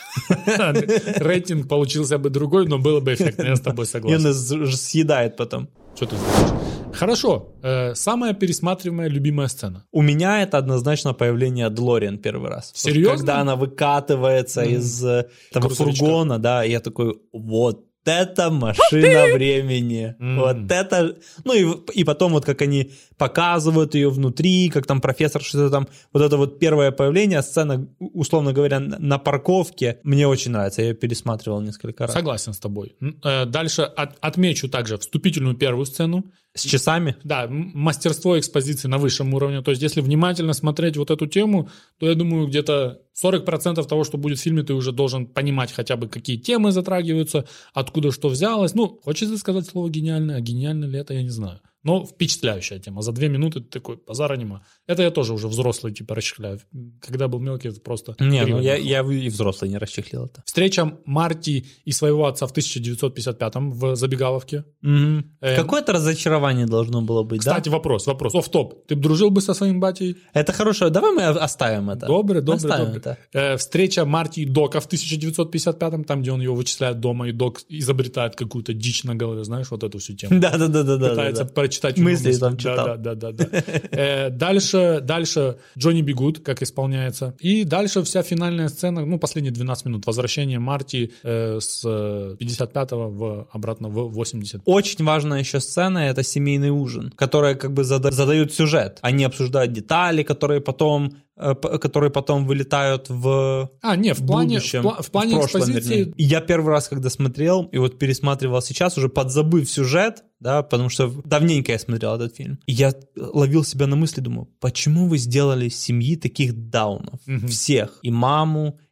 Рейтинг получился бы другой, но было бы эффектно, я с тобой И согласен. он с- съедает потом. Что ты знаешь? Хорошо. Э, самая пересматриваемая любимая сцена. У меня это однозначно появление Делориан первый раз. Вот Серьезно? когда она выкатывается Мгм. из э, этого Грузовичка. фургона, да, и я такой, вот это машина времени. Мгм. Вот это... Ну и, и потом вот как они показывают ее внутри, как там профессор что-то там... Вот это вот первое появление, сцена, условно говоря, на на парковке, мне очень нравится. Я ее пересматривал несколько раз. Согласен с тобой. М, э, Дальше от- отмечу также вступительную первую сцену. С часами? Да, м- мастерство экспозиции на высшем уровне. То есть, если внимательно смотреть вот эту тему, то я думаю, где-то сорок процентов того, что будет в фильме, ты уже должен понимать хотя бы, какие темы затрагиваются, откуда что взялось. Ну, хочется сказать слово «гениально», а гениально ли это, я не знаю. Но впечатляющая тема. За две минуты ты такой, базара нема. Это я тоже уже взрослый, типа, расчехляю. Когда был мелкий, это просто... Не, ну гривен я, был. я и взрослый не расчехлил это. Встреча Марти и своего отца в тысяча девятьсот пятьдесят пятом в забегаловке. Мгм. Эм. Какое-то разочарование должно было быть, Кстати, да? вопрос, вопрос. Офф-топ. Ты бы дружил бы со своим батей? Это хорошо. Давай мы оставим это. Добрый, добрый, Оставим добрый. это. Э, встреча Марти и Дока в тысяча девятьсот пятьдесят пятом, там, где он его вычисляет дома, и Док изобретает какую-то дичь на голове, знаешь, вот эту всю тему. Да-да-да-да. Пытается прочитать Мысли чужую там мысль. читал. Да, да, да, да, да. Э, Дальше, дальше Джонни Би Гуд, как исполняется. И дальше вся финальная сцена, ну, последние двенадцать минут, возвращение Марти э, с пятьдесят пятого в, обратно в восемьдесят. Очень важная еще сцена — это семейный ужин, которая как бы зада- задает сюжет. Они обсуждают детали, которые потом, э, п- которые потом вылетают в А, не, в плане, в, будущем, пла- в плане прошлом, экспозиции... вернее. И я первый раз, когда смотрел, и вот пересматривал сейчас, уже подзабыв сюжет, да, потому что давненько я смотрел этот фильм, и я ловил себя на мысли, думаю, почему вы сделали из семьи таких даунов? Мгм. Всех. И маму,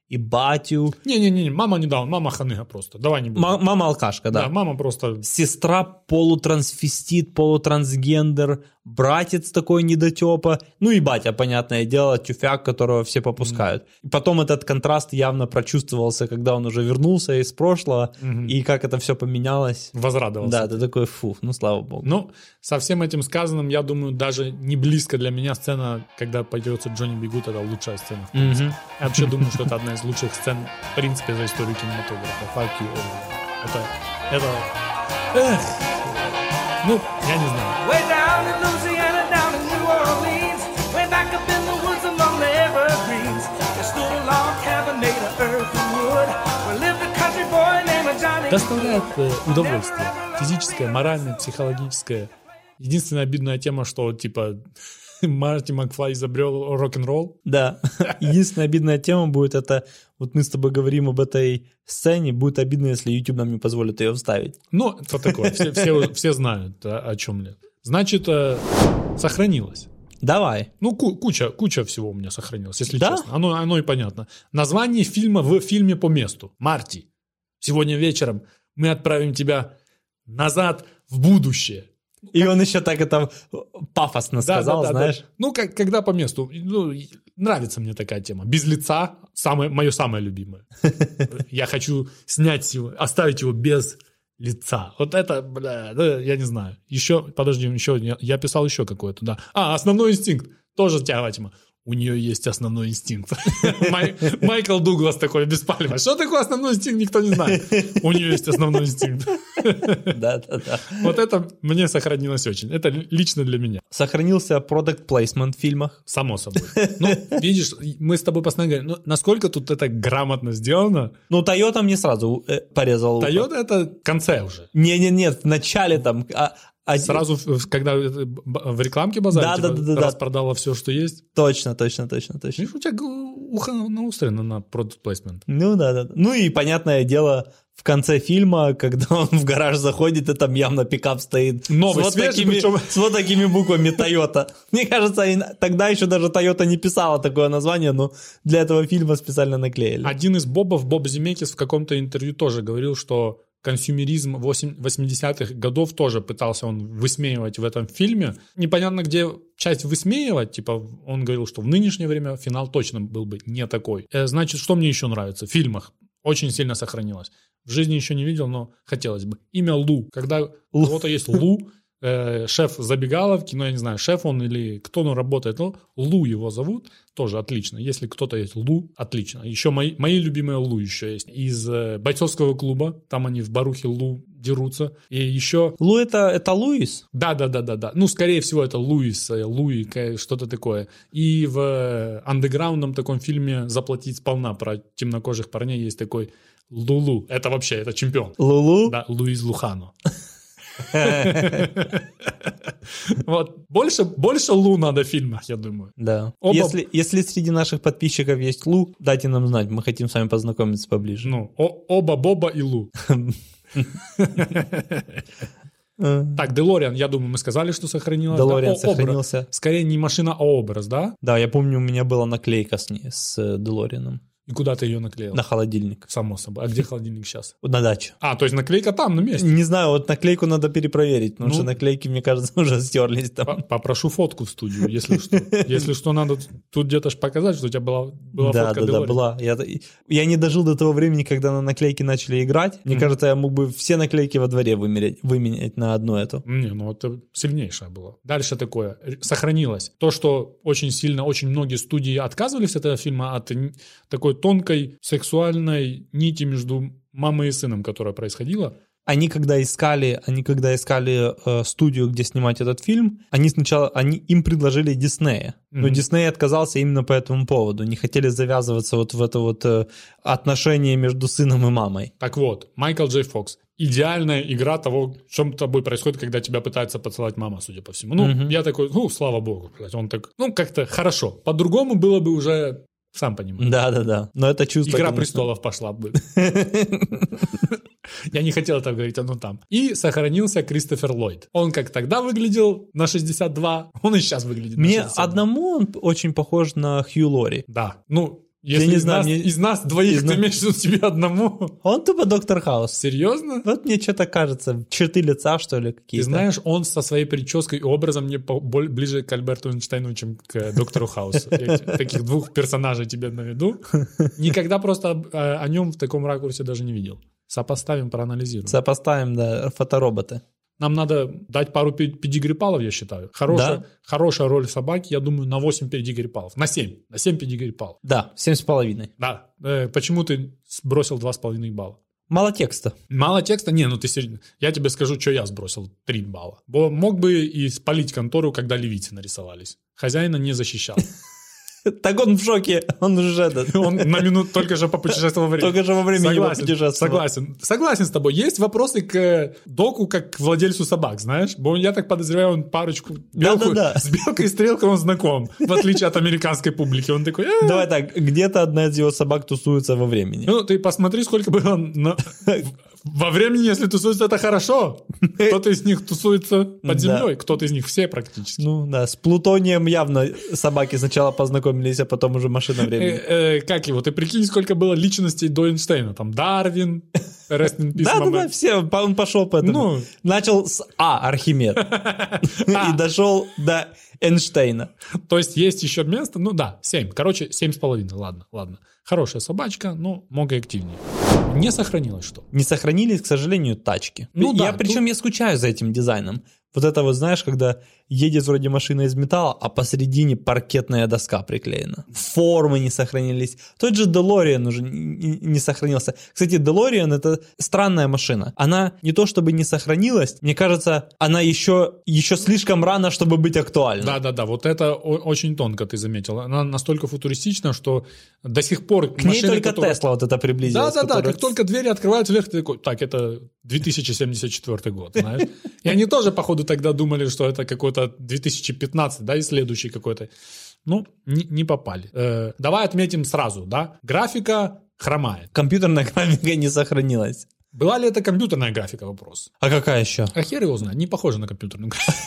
и батю. Не-не-не, мама не даун, мама ханыга просто. Давай не будем. М- мама алкашка, да. Да, мама просто... Сестра полутрансвестит, полутрансгендер, братец такой недотепа, ну и батя, понятное дело, тюфяк, которого все попускают. Mm. И потом этот контраст явно прочувствовался, когда он уже вернулся из прошлого, mm-hmm. и как это все поменялось. Возрадовался. Да, ты такой, фу, ну слава богу. Ну, со всем этим сказанным, я думаю, даже не близко для меня сцена, когда появится Джонни Би Гуд, это лучшая сцена. В принципе. Mm-hmm. Я вообще думаю, что это одна из лучших сцен, в принципе, за историю кинематографа. Fuck you, Orwell. Это... это... Эх. Ну, я не знаю. Way down in Louisiana, down in New Orleans, way back up in the woods among the evergreens, there stood a log cabin made of earth and wood, where lived a country boy named Johnny. Доставляет э, удовольствие. Физическое, моральное, психологическое. Единственная обидная тема, что, типа, Марти Макфлай изобрел рок-н-ролл. Да. Единственная обидная тема будет это, вот мы с тобой говорим об этой сцене, будет обидно, если YouTube нам не позволит ее вставить. Ну, это такое, все, все, все знают, о, о чем ли. Значит, э, сохранилось. Давай. Ну, ку- куча, куча всего у меня сохранилось, если да? честно. Оно, оно и понятно. Название фильма в фильме по месту. Марти, сегодня вечером мы отправим тебя назад в будущее. И он еще так это пафосно сказал, да, да, да, знаешь. Да. Ну, как, когда по месту. Ну, нравится мне такая тема. Без лица, самое, мое самое любимое. Я хочу снять его, оставить его без лица. Вот это, бля, да, я не знаю. Еще, подожди, еще, я, я писал еще какое-то, да. А, основной инстинкт. Тоже тяга тема. У нее есть основной инстинкт. Май, Майкл Дуглас такой беспалевый. Что такое основной инстинкт, никто не знает. У нее есть основной инстинкт. Да, да, да. Вот это мне сохранилось очень. Это лично для меня. Сохранился product placement в фильмах. Само собой. Ну, видишь, мы с тобой постоянно говорим, ну, насколько тут это грамотно сделано. Ну, Toyota мне сразу э, порезал. Toyota это в конце уже. Не-не-не, в начале там... А... Один... Сразу, когда в рекламке базаре да, типа, да, да, да, распродала все, что есть. Точно, точно, точно, точно. Видишь, у тебя ухо наустроено на product placement. Ну да, да. Ну и понятное дело, в конце фильма, когда он в гараж заходит, и там явно пикап стоит. Новый, с, вот свежий, такими, причем... с вот такими буквами Toyota. Мне кажется, тогда еще даже Toyota не писала такое название, но для этого фильма специально наклеили. Один из Бобов, Боб Земекис, в каком-то интервью тоже говорил, что консюмеризм восьмидесятых годов тоже пытался он высмеивать в этом фильме. Непонятно, где часть высмеивать. Типа он говорил, что в нынешнее время финал точно был бы не такой. Значит, что мне еще нравится? В фильмах очень сильно сохранилось. В жизни еще не видел, но хотелось бы. Имя Лу. Когда у кого-то есть Лу, э, шеф забегаловки, ну я не знаю, шеф он или кто он работает, но Лу его зовут, тоже отлично. Если кто-то есть Лу, отлично. Еще мои, мои любимые Лу еще есть. Из э, бойцовского клуба, там они в барухе Лу дерутся. И еще... Лу это, это Луис? Да-да-да-да. Ну, скорее всего, это Луис, Луи, что-то такое. И в андеграундном таком фильме «Заплатить сполна» про темнокожих парней есть такой Лулу. Это вообще, это чемпион. Лулу? Да, Луис Лухано. Вот. Больше, больше Лу надо в фильмах, я думаю. Да. Оба... Если, если среди наших подписчиков есть Лу, дайте нам знать, мы хотим с вами познакомиться поближе. Ну, о- оба Боба и Лу. Так, Делориан, я думаю, мы сказали, что сохранилось. Делориан да? сохранился. Образ. Скорее не машина, а образ, да? Да, я помню, у меня была наклейка с ней, с Делорианом. И куда ты ее наклеил? На холодильник. Само собой. А где холодильник сейчас? На даче. А, то есть наклейка там, на месте? Не знаю, вот наклейку надо перепроверить, потому ну, что наклейки, мне кажется, уже стерлись там. Попрошу фотку в студию, если что. Если что, надо тут где-то ж показать, что у тебя была, была да, фотка Да, Делориана. да, была. Я, я не дожил до того времени, когда на наклейки начали играть. Мне mm-hmm. кажется, я мог бы все наклейки во дворе вымерять, выменять на одну эту. Не, ну это сильнейшее было. Дальше такое. Сохранилось. То, что очень сильно, очень многие студии отказывались от этого фильма, от такой тонкой сексуальной нити между мамой и сыном, которая происходила. Они когда искали, они когда искали э, студию, где снимать этот фильм, они сначала, они им предложили Диснея, но mm-hmm. Дисней отказался именно по этому поводу, не хотели завязываться вот в это вот э, отношение между сыном и мамой. Так вот, Майкл Джей Фокс. Идеальная игра того, что с тобой происходит, когда тебя пытается поцеловать мама, судя по всему. Ну, mm-hmm. я такой, ну, слава богу, блядь, он так, ну, как-то хорошо. По-другому было бы уже... Сам понимаешь. Да-да-да. Но это чувство... Игра конечно... престолов пошла бы. Я не хотел это говорить, оно там. И сохранился Кристофер Ллойд. Он как тогда выглядел на шестьдесят два, он и сейчас выглядит на Мне шестьдесят два. Мне одному он очень похож на Хью Лори. Да. Ну, Если Я не из, знаю, нас, мне- из нас двоих из ты нас- имеешь в виду себе одному. Он тупо доктор Хаус. Серьезно? Вот мне что-то кажется, черты лица, что ли, Ты какие-то. знаешь, он со своей прической и образом мне по- боль- ближе к Альберту Эйнштейну, чем к доктору Хаусу. Я те- таких двух персонажей тебе наведу. Никогда просто об- о, о нем в таком ракурсе даже не видел. Сопоставим, проанализируем. Сопоставим, да, фотороботы. Нам надо дать пару пе- педигри-палов, я считаю. Хорошая, Да. хорошая роль собаки, я думаю, на восемь педигри-палов. На семь. На семь педигри-палов. Да, семь с половиной. Да. Э, почему ты сбросил два с половиной балла? Мало текста. Мало текста? Не, ну ты серьезно. Я тебе скажу, что я сбросил три балла. Бо мог бы и спалить контору, когда ливийцы нарисовались. Хозяина не защищал. Так он в шоке, он уже да, Он на минуту только что попутешествовал во времени. только же во времени Согласен, путешествовал. согласен. Согласен с тобой. Есть вопросы к доку, как к владельцу собак, знаешь? Бо я так подозреваю, он парочку белку, Да-да-да. с белкой и стрелкой он знаком, в отличие от американской публики. Он такой... «Э». Давай так, где-то одна из его собак тусуется во времени. Ну, ты посмотри, сколько было на- во времени, если тусуется, это хорошо. Кто-то из них тусуется под Да. землей, кто-то из них все практически. Ну да, с Плутонием явно собаки сначала познакомились, а потом уже машина времени. Э, э, как его? Ты прикинь, сколько было личностей до Эйнштейна. Там Дарвин, Rest in peace, Да, да, Мамэ. да, все, по- он пошел по этому. Ну. Начал с А, Архимед. И дошел до Эйнштейна. То есть есть еще место, ну да, семь. Короче, семь с половиной, ладно, ладно. Хорошая собачка, но много активнее. Не сохранилось что? Не сохранились, к сожалению, тачки. Ну да, я, причем я скучаю за этим дизайном. Вот это вот, знаешь, когда едет вроде машина из металла, а посередине паркетная доска приклеена. Формы не сохранились. Тот же DeLorean уже не не сохранился. Кстати, DeLorean — это странная машина. Она не то чтобы не сохранилась, мне кажется, она еще, еще слишком рано, чтобы быть актуальной. Да-да-да, вот это о- очень тонко ты заметил. Она настолько футуристична, что до сих пор К ней машины, только которые- Тесла вот это приблизилась. Да-да-да, которая- как только двери открываются вверх, ты такой, так, это две тысячи семьдесят четвёртый год, знаешь. И они тоже, походу, тогда думали, что это какой-то две тысячи пятнадцатый, да, и следующий какой-то. Ну, не, не попали. Э, давай отметим сразу, да, графика хромает. Компьютерная графика не сохранилась. Была ли это компьютерная графика, вопрос? А какая еще? А хер его знает, не похоже на компьютерную графику.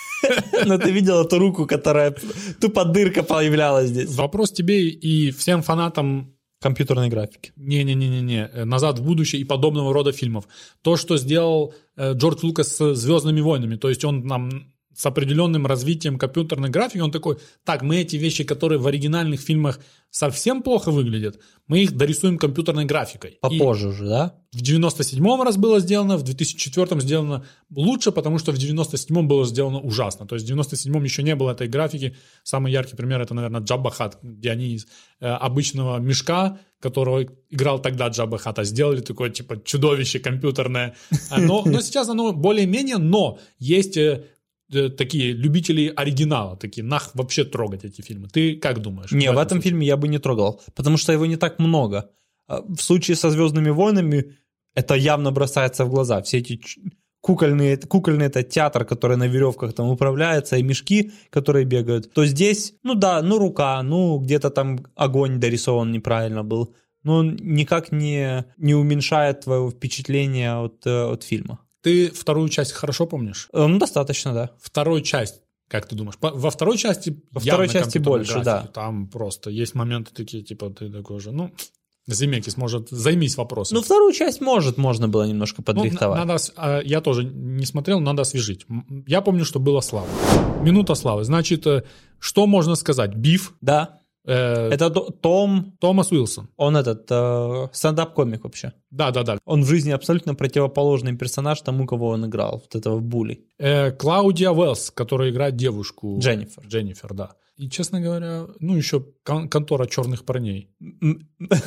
Но ты видел эту руку, которая тупо дырка появлялась здесь. Вопрос тебе и всем фанатам Компьютерной графики. Не-не-не-не, «Назад в будущее» и подобного рода фильмов. То, что сделал э, Джордж Лукас с «Звездными войнами», то есть он нам с определенным развитием компьютерной графики, он такой, так, мы эти вещи, которые в оригинальных фильмах совсем плохо выглядят, мы их дорисуем компьютерной графикой. Попозже уже, да? И в девяносто седьмом раз было сделано, в две тысячи четвёртом сделано лучше, потому что в девяносто седьмом было сделано ужасно. То есть в девяносто седьмом еще не было этой графики. Самый яркий пример — это, наверное, Джабба Хат, где они из э, обычного мешка, которого играл тогда Джабба Хата, сделали такое, типа, чудовище компьютерное. А, Но, но сейчас оно более-менее, но есть э, э, такие любители оригинала, такие, нах вообще трогать эти фильмы. Ты как думаешь? Не, в этом случае? фильме я бы не трогал, потому что его не так много. А в случае со «Звездными войнами» это явно бросается в глаза. Все эти ч- кукольные, кукольный это театр, который на веревках там управляется, и мешки, которые бегают. То здесь, ну да, ну рука, ну где-то там огонь дорисован неправильно был. Но он никак не, не уменьшает твоего впечатления от, э, от фильма. Ты вторую часть хорошо помнишь? Э, Ну, достаточно, да. Вторую часть, как ты думаешь? По- Во второй части Во явно второй части компьютерная больше, графика. да. Там просто есть моменты такие, типа, ты такой же, ну, Земекис, может, займись вопросом. Ну, вторую часть, может, можно было немножко Ну, подрихтовать. на- надо, ос- а, я тоже не смотрел, надо освежить. М, Я помню, что было слава. Минута славы. Значит, э, что можно сказать? Биф. Да. э, Это то- Том, Томас Уилсон. он этот, э, стендап-комик вообще. Да-да-да. Он в жизни абсолютно противоположный персонаж тому, кого он играл, вот этого Були. Э, Клаудия Уэллс, которая играет девушку. Дженнифер. Дженнифер, да. И, честно говоря, ну, еще кон- контора черных парней. М-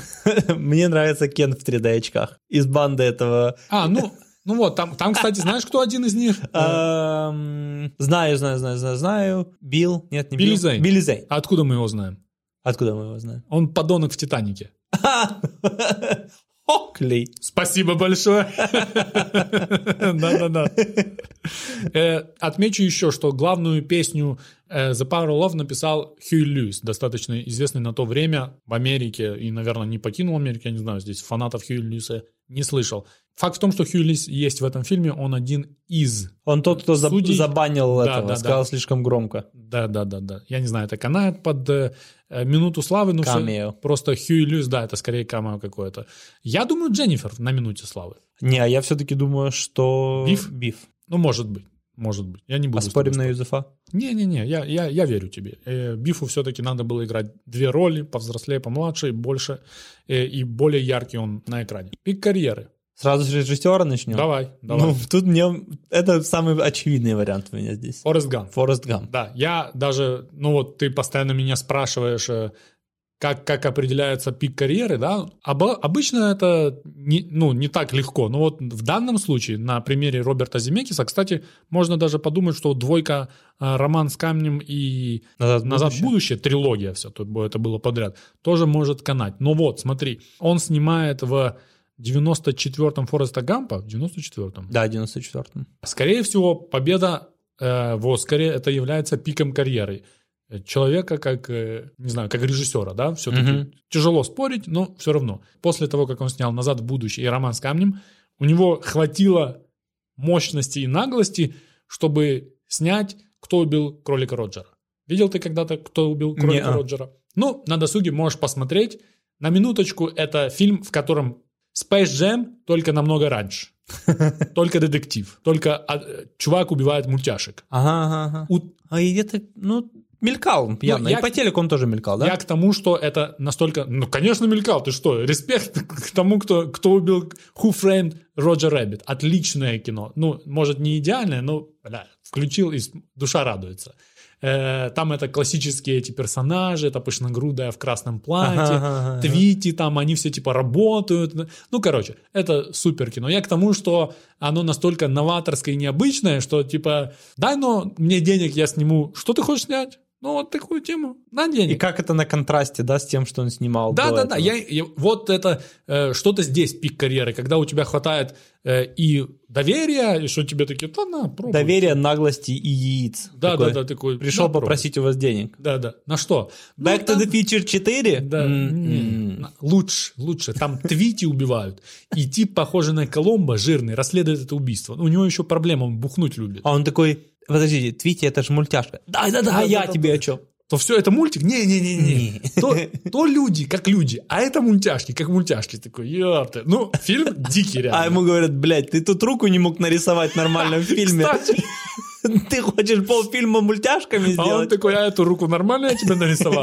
Мне нравится Кен в три дэ очках из банды этого. А, ну, ну вот, там, там, кстати, знаешь, кто один из них? Э, Эм, Знаю, знаю, знаю, знаю, знаю. Билл, нет, не Билли Билл. Зейн. Билли Зейн. А откуда мы его знаем? Откуда мы его знаем? Он подонок в «Титанике». Окли. Спасибо большое. Да-да-да. Э, Отмечу еще, что главную песню э, The Power of Love написал Хьюи Льюис, достаточно известный на то время в Америке и, наверное, не покинул Америку, я не знаю, здесь фанатов Хьюи Льюиса не слышал. Факт в том, что Хью Льюис есть в этом фильме, он один из Он тот, кто заб- судей. забанил Да, этого, да, сказал да. слишком громко. Да, да, да, да. Я не знаю, это канает под э, минуту славы, но Камео. все, просто Хью Льюис, да, это скорее камео какое-то. Я думаю, Дженнифер на минуте славы. Не, а я все-таки думаю, что... Биф? Биф. Ну, может быть, может быть. Я не буду. А с спорим тобой на спорить. Юзефа? Не-не-не, я, я, я верю тебе. Э, Бифу все-таки надо было играть две роли, повзрослее, помладше, больше, э, и более яркий он на экране. Пик карьеры. Сразу с режиссера начнем? Давай, давай. Ну, тут мне... Это самый очевидный вариант у меня здесь. Форест Гамп. Форест Гамп. Да, я даже, ну вот ты постоянно меня спрашиваешь, э, как, как определяется пик карьеры, да, Обо- обычно это не, ну, не так легко, но вот в данном случае, на примере Роберта Земекиса, кстати, можно даже подумать, что двойка э, «Роман с камнем» и «Назад в «Назад в будущее». будущее», трилогия все, тут бы это было подряд, тоже может канать. Но вот, смотри, он снимает в девяносто четвёртом Фореста Гампа, в девяносто четвёртом. Да, в девяносто четвёртом. Скорее всего, победа э, в «Оскаре» это является пиком карьеры человека, как, э, не знаю, как режиссера, да, все-таки Мгм. тяжело спорить, но все равно. После того, как он снял «Назад в будущее» и «Роман с камнем», у него хватило мощности и наглости, чтобы снять «Кто убил кролика Роджера». Видел ты когда-то «Кто убил кролика Не-а. Роджера»? Ну, на досуге можешь посмотреть. На минуточку, это фильм, в котором Space Jam, только намного раньше. Только детектив. Только а, чувак убивает мультяшек. Ага, ага, ага. У- А и где-то, ну, мелькал он явно. я- И по телеку он тоже мелькал, да? Я к тому, что это настолько... Ну, конечно, мелькал. Ты что? Респект к тому, кто, кто убил Who Framed Roger Rabbit. Отличное кино. Ну, может, не идеальное, но, бля, включил, и с- душа радуется. Э, Там это классические эти персонажи, это пышногрудая в красном платье, Ага, ага, ага. Твити там, они все типа работают. Ну, короче, это супер кино. Я к тому, что оно настолько новаторское и необычное, что типа, дай, но мне денег, я сниму. Что ты хочешь снять? Ну, вот такую тему. На денег. И как это на контрасте, да, с тем, что он снимал Да, до да, этого? да. Я, я- вот это э, что-то здесь пик карьеры, когда у тебя хватает э, и доверия, и что тебе такие, да на, пробуй. Доверие, наглости и яиц. Да, Такой, да, да, такой. Пришел да, пробуй. попросить у вас денег. Да, да. На что? Ну, Back to там- the Future четыре? Да, М-м. не, лучше, лучше. Там Твити убивают. И тип, похожий на Коломбо, жирный, расследует это убийство. У него еще проблема, он бухнуть любит. А он такой, подождите, Твити, это же мультяшка. Да, да, да, а я да, тебе да. о чем? То все это мультик? Не-не-не-не. Не. То, то люди, как люди, а это мультяшки, как мультяшки. Такой, ёпта. Ну, фильм дикий реально. А ему говорят, блядь, ты тут руку не мог нарисовать нормально в фильме. Кстати, Ты хочешь полфильма мультяшками а он сделать? такой, а эту руку нормально я тебе нарисовал?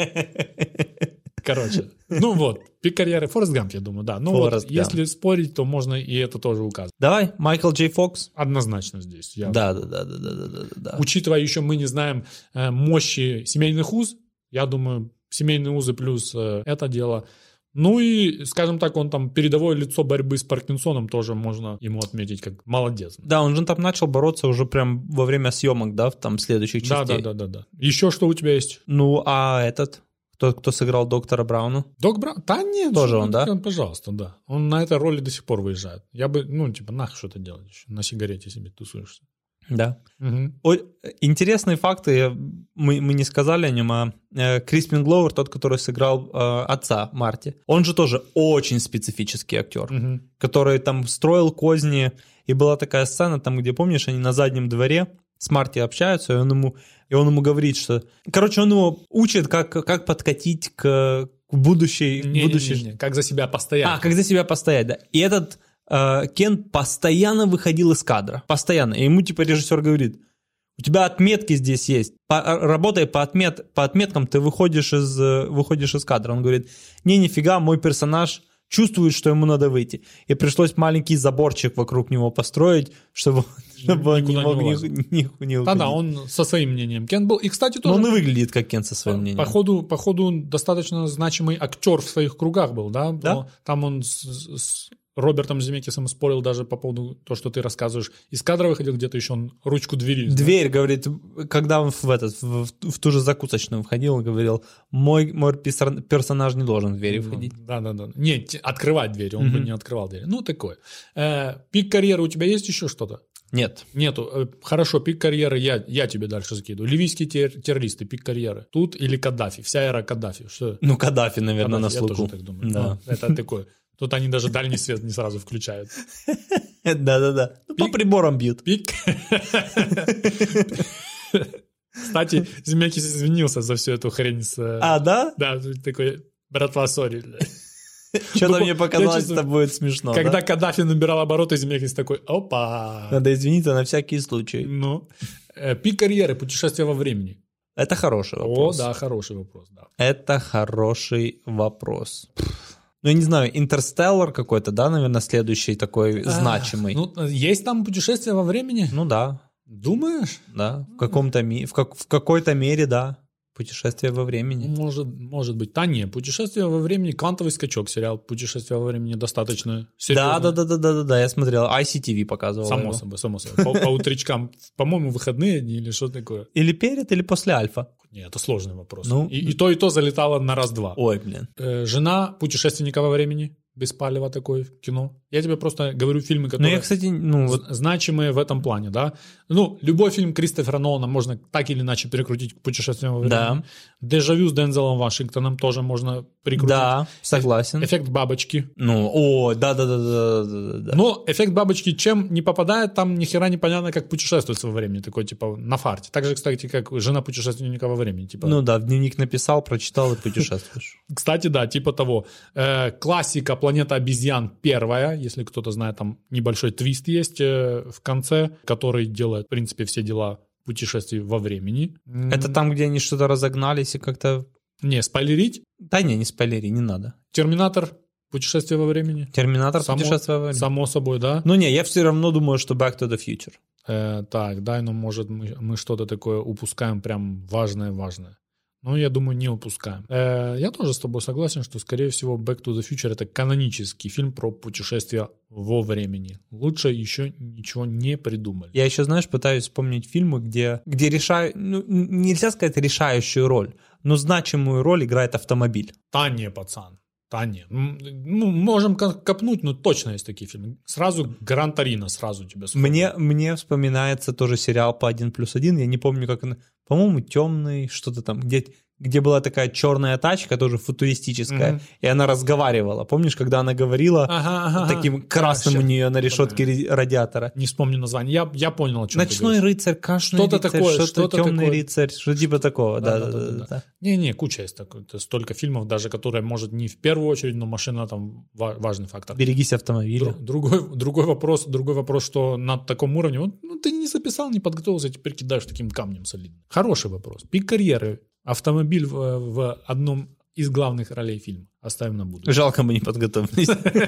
Короче, ну вот, пик карьеры Форест Гамп, я думаю, да. Ну Форест вот, если спорить, то можно и это тоже указывать. Давай, Майкл Джей Фокс. Однозначно здесь. Я... Да, да, да, да, да, да, да, да. Учитывая еще мы не знаем э, мощи семейных уз, я думаю, семейные узы плюс э, это дело. Ну и, скажем так, он там передовое лицо борьбы с Паркинсоном тоже можно ему отметить как молодец. Да, он же там начал бороться уже прям во время съемок, да, в там следующих Да, частей. да, да, да, да. Еще что у тебя есть? Ну, а этот, тот, кто сыграл доктора Брауна? Док Браун? Да нет. Тоже что он, ты, да? Пожалуйста, да. Он на этой роли до сих пор выезжает. Я бы, ну, типа, нахуй что-то делать еще. На сигарете себе тусуешься. Да. Мгм. Ой, интересные факты, мы, мы не сказали о нем, а э, Криспин Гловер, тот, который сыграл э, отца Марти, он же тоже очень специфический актер, Мгм. который там строил козни, и была такая сцена, там, где, помнишь, они на заднем дворе с Марти общаются, и он ему, и он ему говорит, что... Короче, он его учит, как, как подкатить к, к будущей... Не, будущей... не, не, не. Как за себя постоять. А, как за себя постоять, да. И этот э, Кен постоянно выходил из кадра. Постоянно. И ему типа режиссер говорит, у тебя отметки здесь есть. По, работай по, отмет, по отметкам, ты выходишь из, э, выходишь из кадра. Он говорит, не, нифига, мой персонаж чувствует, что ему надо выйти. И пришлось маленький заборчик вокруг него построить, чтобы, чтобы он не Никуда не мог ни, лазил. ни, ни уходить. Да-да, он со своим мнением Кен был. И, кстати, Но тоже... он и выглядит как Кен со своим мнением. Походу, походу, он достаточно значимый актер в своих кругах был, да? Да. Но там он с, с Робертом Земекисом спорил даже по поводу того, что ты рассказываешь. Из кадра выходил где-то еще, он ручку двери. Дверь, говорит, когда он в, этот, в, в ту же закусочную входил, он говорил, мой, мой писар- персонаж не должен в двери входить. Да-да-да. Нет, открывать дверь, он бы Мгм. не открывал дверь. Ну, такое. Э, пик карьеры у тебя есть еще что-то? Нет. Нету. Э, Хорошо, пик карьеры я, я тебе дальше закидываю. Ливийские тер- террористы, пик карьеры. Тут или Каддафи? Вся эра Каддафи. Что? Ну, Каддафи, наверное, Каддафи, на я слуху. тоже так думаю. Да. Ну, это такое. Тут они даже дальний свет не сразу включают. Да-да-да. Ну, по приборам бьют. Пик. Кстати, Земекис извинился за всю эту хрень с... А, да? Да, такой, братва, сори. Что-то Ну, мне показалось, я, честно, это будет смешно. Когда да? Каддафи набирал обороты, Земекис такой, опа. Надо извиниться на всякий случай. Ну, э, пик карьеры, путешествие во времени. Это хороший вопрос. О, да, хороший вопрос, да. Это хороший вопрос. Ну, я не знаю, Интерстеллар какой-то, да, наверное, следующий такой значимый. Ну, есть там путешествие во времени? Ну да. Думаешь? Да, в каком-то ми- в, как- в какой-то мере, да. Путешествие во времени. Может, может быть. Да не, путешествие во времени, квантовый скачок, сериал «Путешествие во времени» достаточно серьезно. Да, да, да, да, да, да, да, я смотрел. ай си ти ви показывал. Само его. собой, само собой. По, по утречкам, по-моему, выходные дни или что такое? Или перед, или после Альфа. Нет, это сложный вопрос. Ну, и, и то, и то залетало на раз-два. Ой, блин. Э, жена путешественника во времени, Беспалева такое кино. Я тебе просто говорю фильмы, которые Ну, я, кстати, ну, вот... значимые в этом плане, да. Ну, любой фильм Кристофера Нолана можно так или иначе перекрутить к путешествию во времени. Да. «Дежавю» с Дензелом Вашингтоном тоже можно прикрутить. Да, согласен. «Эффект бабочки». Ну, о, да-да-да-да-да. Но эффект бабочки чем не попадает, там ни хера непонятно, как путешествуется во времени. Такой, типа, на фарте. Так же, кстати, как жена путешественника во времени. Типа. Ну да, в дневник написал, прочитал и путешествуешь. Кстати, да, типа того. Э, классика «Планета обезьян» первая, если кто-то знает, там небольшой твист есть э, в конце, который делает, в принципе, все дела путешествий во времени. Это там, где они что-то разогнались и как-то... Не, спойлерить? Да не, не спойлери, не надо. «Терминатор», «Путешествие во времени». «Терминатор», Само, «Путешествие во времени». Само собой, да. Ну не, я все равно думаю, что «Back to the Future». Э, так, да, ну может мы, мы что-то такое упускаем прям важное-важное. Ну, я думаю, не упускаем. Э, я тоже с тобой согласен, что, скорее всего, «Back to the Future» — это канонический фильм про путешествие во времени. Лучше еще ничего не придумали. Я еще, знаешь, пытаюсь вспомнить фильмы, где, где решаю, ну, нельзя сказать решающую роль, но значимую роль играет автомобиль. Та не, пацан. Да нет. Ну, можем копнуть, но точно есть такие фильмы. Сразу Гран Торино сразу тебе сходит. Мне, мне вспоминается тоже сериал по один плюс один. Я не помню, как он... По-моему, «Темный», что-то там, где, где была такая черная тачка, тоже футуристическая, mm-hmm. и она разговаривала. Помнишь, когда она говорила ага, ага, таким ага. красным а, у нее на решетке ра- радиатора? Не вспомню название. Я, я понял, о чем «Ночной ты рыцарь», «Красный что-то рыцарь», такое, что-то, что-то «Темный такое. рыцарь», что типа такого. Да, да, да, да, да, да, да, да. Не-не, куча есть такой. Это столько фильмов, даже которые, может, не в первую очередь, но машина там важный фактор. «Берегись автомобиля». Дру- другой, другой вопрос, другой вопрос, что на таком уровне, вот, ну, ты не записал, не подготовился, теперь кидаешь таким камнем солидно. Хороший вопрос. Пик карьеры. Автомобиль в, в одном из главных ролей фильма. Оставим на будущее. Жалко, мы не подготовились.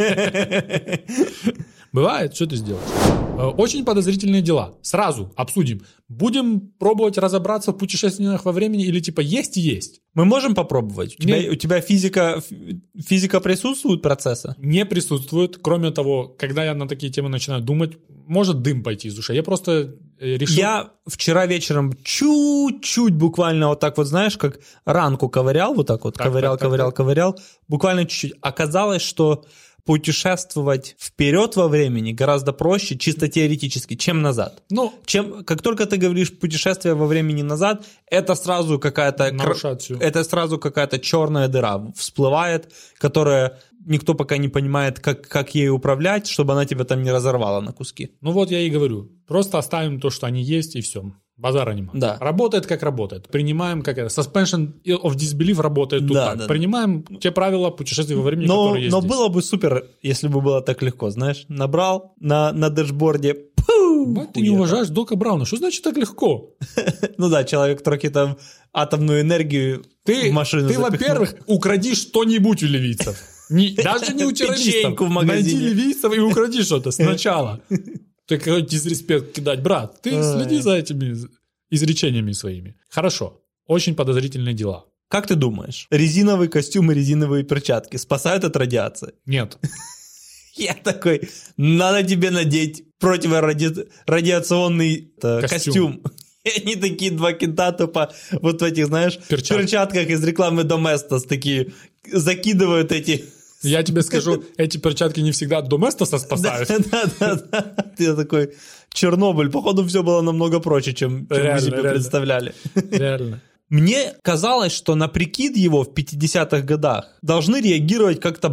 Бывает, что ты сделаешь. Очень подозрительные дела. Сразу обсудим. Будем пробовать разобраться в путешествиях во времени или типа есть и есть? Мы можем попробовать? У тебя, Не- у тебя физика, физика присутствует процесса? Не присутствует. Кроме того, когда я на такие темы начинаю думать, может дым пойти из ушей. Я просто э, решил... Я вчера вечером чуть-чуть буквально вот так вот, знаешь, как ранку ковырял, вот так вот, Так, ковырял, так, так, ковырял, так. ковырял, буквально чуть-чуть. Оказалось, что путешествовать вперед во времени гораздо проще, чисто теоретически, чем назад. Ну, Чем, как только ты говоришь путешествие во времени назад, это сразу какая-то... кр- нарушает всю. Это сразу какая-то черная дыра всплывает, которая никто пока не понимает, как, как ей управлять, чтобы она тебя там не разорвала на куски. Ну вот я и говорю. Просто оставим то, что они есть, и все. Базара нема. Да. Работает, как работает. Принимаем, как это. Suspension of disbelief работает тут Да, так. да, да. Принимаем те правила путешествия во времени, Но, которые есть но здесь. было бы супер, если бы было так легко, знаешь. Набрал на, на дэшборде. Пу, Бать, ты не хуета. уважаешь Дока Брауна. Что значит так легко? Ну да, человек трохи там атомную энергию Ты, в машину ты запихнул. во-первых, укради что-нибудь у ливийцев. Не, даже не у террористов. Печеньку в магазине. Найди ливийцев и укради что-то сначала. Ты какой дисреспект кидать. Брат, ты Ой. следи за этими изречениями своими. Хорошо. Очень подозрительные дела. Как ты думаешь, резиновый костюм и резиновые перчатки спасают от радиации? Нет. Я такой, надо тебе надеть противорадиационный э, Костюм. костюм. И они такие два кента тупо вот в этих, знаешь, Перчатки. перчатках из рекламы Доместос такие закидывают эти... Я тебе скажу, эти перчатки не всегда от Доместоса спасают. Да-да-да. Ты такой, Чернобыль, походу все было намного проще, чем, чем мы Реально, себе реально. представляли. Реально. Мне казалось, что на прикид его в пятидесятых годах должны реагировать как-то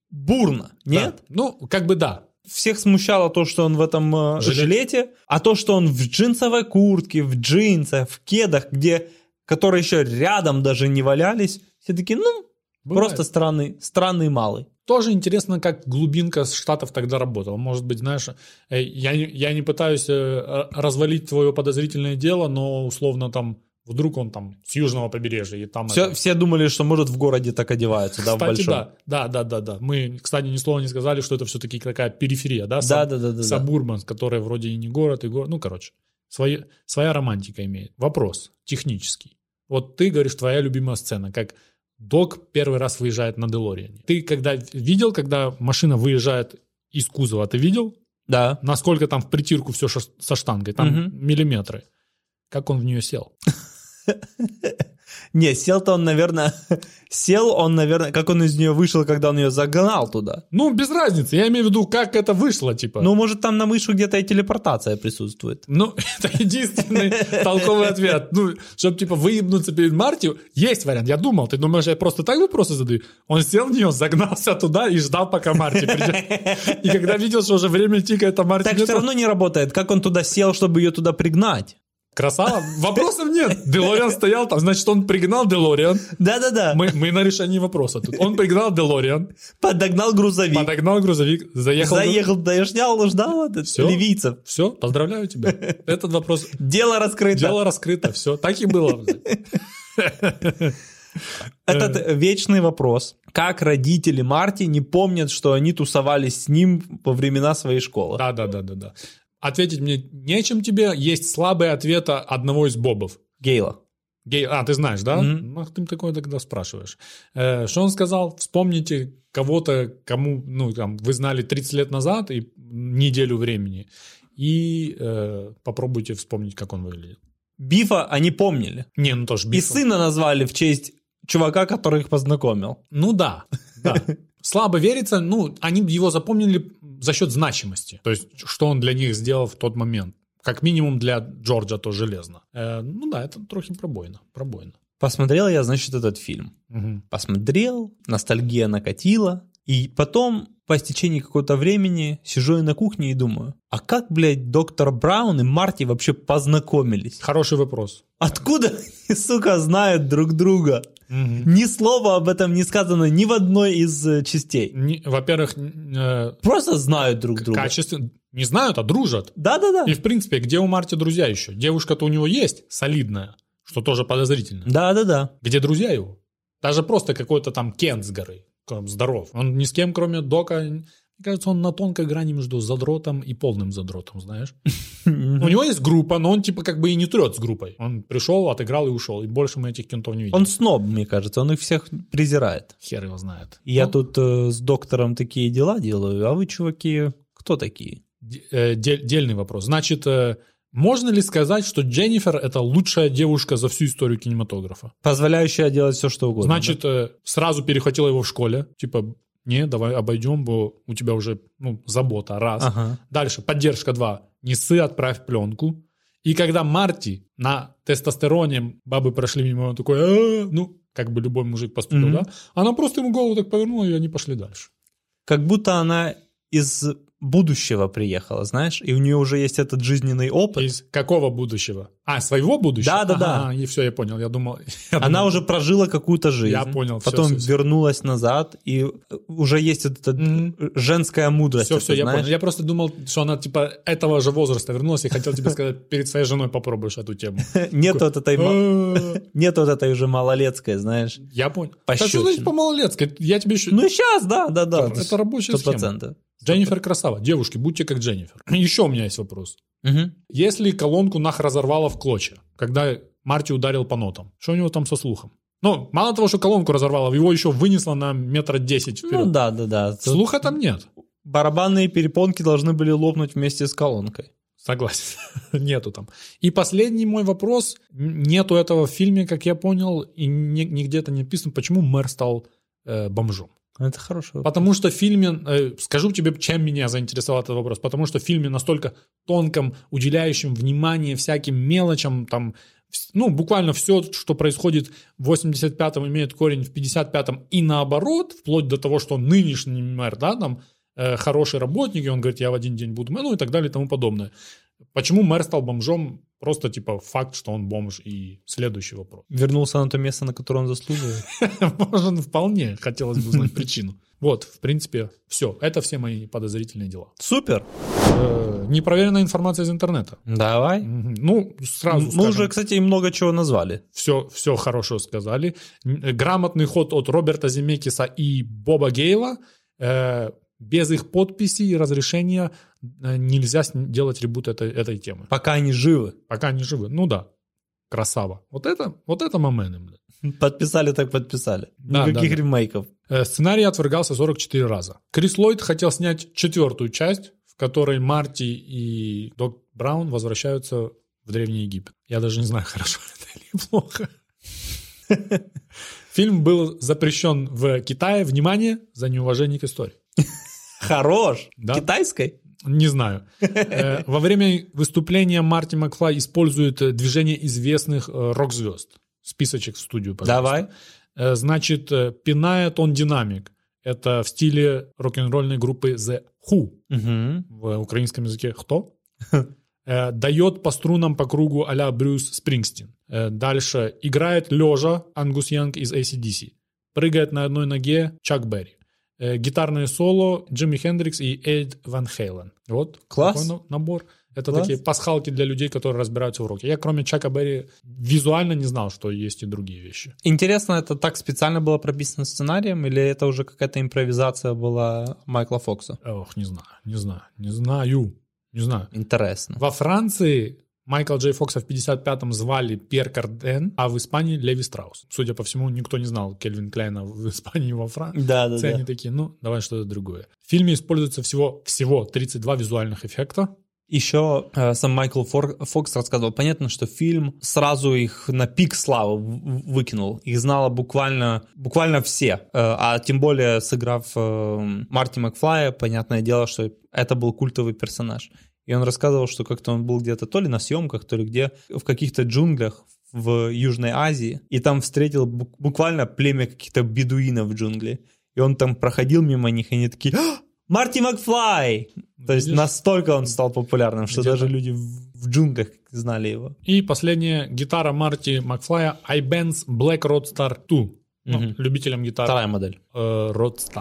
бурно, нет? Да. Ну, как бы да. Всех смущало то, что он в этом э, Жилет. жилете, а то, что он в джинсовой куртке, в джинсах, в кедах, где, которые еще рядом даже не валялись, все такие, ну, Бывает. просто странный, странный малый. Тоже интересно, как глубинка Штатов тогда работала. Может быть, знаешь, э, я, не- я не пытаюсь э, развалить твое подозрительное дело, но условно там, вдруг он там с южного побережья, и там Все, это- все думали, что, может, в городе так одеваются, да, в Кстати, большом. да, да, да, да, да. Мы, кстати, ни слова не сказали, что это все-таки такая периферия, да? Да, да, да, да, да. Сабурбан, который вроде и не город, и город. Ну, короче, свои, своя романтика имеет. Вопрос технический. Вот ты говоришь, твоя любимая сцена, как Док первый раз выезжает на Делориане. Ты когда видел, когда машина выезжает из кузова, ты видел? Да. Насколько там в притирку все со штангой? Там Мгм. миллиметры. Как он в нее сел? Не, сел-то он, наверное, сел он, наверное, как он из нее вышел, когда он ее загнал туда. Ну, без разницы. Я имею в виду, как это вышло, типа. Ну, может, там на мышку где-то и телепортация присутствует. Ну, это единственный толковый ответ. Ну, чтобы, типа, выебнуться перед Марти, есть вариант. Я думал, ты думаешь, я просто так вопросы задаю? Он сел в нее, загнался туда и ждал, пока Марти придет. И когда видел, что уже время тикает, а Марти Так нет, все равно не работает. Как он туда сел, чтобы ее туда пригнать? красава. Вопросов нет. Делориан стоял там, значит, он пригнал Делориан. Да-да-да. Мы, мы на решении вопроса тут. Он пригнал Делориан, Подогнал грузовик. подогнал грузовик, заехал. Заехал, да, снял, ждал этот Всё. ливийцев. Все, поздравляю тебя. Этот вопрос... Дело раскрыто. Дело раскрыто, все. Так и было. Этот вечный вопрос. Как родители Марти не помнят, что они тусовались с ним во времена своей школы? Да, да, да, да, да. Ответить мне нечем тебе. Есть слабый ответ одного из бобов. Гейла. Гей... А, ты знаешь, да? Мгм. Ну, ты такое тогда спрашиваешь. Э, что он сказал? Вспомните кого-то, кому, ну, там, вы знали тридцать лет назад и неделю времени, и э, попробуйте вспомнить, как он выглядит. Бифа они помнили. Не, ну тоже И Бифа. сына назвали в честь чувака, который их познакомил. Ну да, да. Слабо верится, ну, они его запомнили за счет значимости. То есть, что он для них сделал в тот момент. Как минимум для Джорджа то железно. Э, ну да, это трохи пробойно. Пробойно. Посмотрел я, значит, этот фильм. Мгм. Посмотрел, ностальгия накатила. И потом, по истечении какого-то времени, сижу я на кухне и думаю, а как, блядь, доктор Браун и Марти вообще познакомились? Хороший вопрос. Откуда они, сука, знают друг друга? Мгм. Ни слова об этом не сказано ни в одной из э, частей. Не- Во-первых, э, Просто знают друг друга. качественно... Не знают, а дружат. Да-да-да. И, в принципе, где у Марти друзья еще? Девушка-то у него есть, солидная, что тоже подозрительно. Да-да-да. Где друзья его? Даже просто какой-то там Кент с горы. Там, здоров. Он ни с кем, кроме Дока... Мне кажется, он на тонкой грани между задротом и полным задротом, знаешь. У него есть группа, но он типа как бы и не трет с группой. Он пришел, отыграл и ушел. И больше мы этих кентов не видим. Он сноб, мне кажется, он их всех презирает. Хер его знает. И Я Ну, тут э, с доктором такие дела делаю, а вы, чуваки, кто такие? д- э, дель- Дельный вопрос. Значит, э, можно ли сказать, что Дженнифер — это лучшая девушка за всю историю кинематографа? Позволяющая делать все, что угодно. Значит, э, сразу перехватила его в школе. Типа, не, давай обойдем, бо у тебя уже ну, забота, раз. да? Ага. Дальше, поддержка, два. Не ссы, отправь пленку. И когда Марти на тестостероне, бабы прошли мимо, он такой, «А-а-а», ну, как бы любой мужик поступил, Мгм. да? Она просто ему голову так повернула, и они пошли дальше. Как будто она из будущего приехала, знаешь, и у нее уже есть этот жизненный опыт. Из какого будущего? А, своего будущего? Да-да-да. Ага, и все, я понял. Я думал... я Она думал, уже прожила какую-то жизнь. Я понял, всё, Потом всё, всё. вернулась назад, и уже есть вот эта Мгм. женская мудрость. Все, все, эта, я знаешь. понял. Я просто думал, что она типа этого же возраста вернулась и хотел тебе сказать, перед своей женой попробуешь эту тему. Нет вот этой, ма- «А-а-а». нет вот этой уже малолетской, знаешь. Я понял. Пощёчина. Да что значит по малолетской? Я тебе еще... Ну сейчас, да, да, да. Это рабочая Сто схема. процентов. Дженнифер красава. Девушки, будьте как Дженнифер. Еще у меня есть вопрос. Мгм. Если колонку нах разорвало в клочья, когда Марти ударил по нотам, что у него там со слухом? Ну, мало того, что колонку разорвало, его еще вынесло на метра десять вперед. Ну да, да, да. Тут Слуха там нет. барабанные перепонки должны были лопнуть вместе с колонкой. Согласен. Нету там. И последний мой вопрос. Нету этого в фильме, как я понял, и ни- нигде-то не написано, почему мэр стал э, бомжом. Это хорошо. Потому что в фильме, э, скажу тебе, чем меня заинтересовал этот вопрос, потому что в фильме настолько тонком, уделяющим внимание всяким мелочам, там, ну, буквально все, что происходит в восемьдесят пятом, имеет корень в пятьдесят пятом и наоборот, вплоть до того, что нынешний мэр, да, там, э, хороший работник, и он говорит, я в один день буду мэром, ну, и так далее, и тому подобное. Почему мэр стал бомжом? Просто, типа, факт, что он бомж, и следующий вопрос. Вернулся на то место, на которое он заслуживает. Может, вполне, хотелось бы узнать причину. Вот, в принципе, все. Это все мои подозрительные дела. Супер. Э, непроверенная информация из интернета. Давай. Ну, сразу Мы скажем, уже, кстати, много чего назвали. Все, все хорошо сказали. Грамотный ход от Роберта Земекиса и Боба Гейла. Э, без их подписи и разрешения нельзя делать ребут этой, этой темы. Пока они живы. Пока они живы. Ну да. Красава. Вот это, вот это моменты, блядь. Подписали так подписали. Да, Никаких да, да. ремейков. Сценарий отвергался сорок четыре раза. Крис Ллойд хотел снять четвертую часть, в которой Марти и Док Браун возвращаются в Древний Египет. Я даже не знаю, хорошо это или плохо. Фильм был запрещен в Китае, внимание, за неуважение к истории. Хорош. Да. Китайской? Не знаю. Во время выступления Марти Макфлай использует движение известных рок-звезд. Списочек в студию, пожалуйста. Давай. Значит, пинает он динамик. Это в стиле рок-н-ролльной группы The Who. Угу. В украинском языке «Кто?». Дает по струнам по кругу а-ля Брюс Спрингстин. Дальше. Играет лежа Ангус Янг из эй си ди си. Прыгает на одной ноге Чак Берри. Гитарное соло Джимми Хендрикс и Эд Ван Хейлен. Вот. Класс. Такой набор. Это Класс. такие пасхалки для людей, которые разбираются в роке. Я, кроме Чака Берри, визуально не знал, что есть и другие вещи. Интересно, это так специально было прописано сценарием, или это уже какая-то импровизация была Майкла Фокса? Ох, не знаю, не знаю, не знаю, не знаю. Интересно. Во Франции Майкла Джей Фокса в пятьдесят пятом звали Пьер Карден, а в Испании Леви Страус. Судя по всему, никто не знал Кельвин Кляйна в Испании и во Франции. Да, да, да. Они такие, ну, давай что-то другое. В фильме используется всего, всего тридцать два визуальных эффекта. Еще э, сам Майкл Фор, Фокс рассказывал, понятно, что фильм сразу их на пик славы в- выкинул. Их знало буквально, буквально все. Э, а тем более, сыграв э, Марти Макфлая, понятное дело, что это был культовый персонаж. И он рассказывал, что как-то он был где-то то ли на съемках, то ли где, в каких-то джунглях в Южной Азии, и там встретил бу- буквально племя каких-то бедуинов в джунгли. И он там проходил мимо них, и они такие... Марти Макфлай! То есть Видишь? настолько он стал популярным, что Где-то. даже люди в, в джунглях знали его. И последняя гитара Марти Макфлая iBenz Black Roadstar два. Ну, Мгм. любителям гитар Вторая модель. э, Roadstar.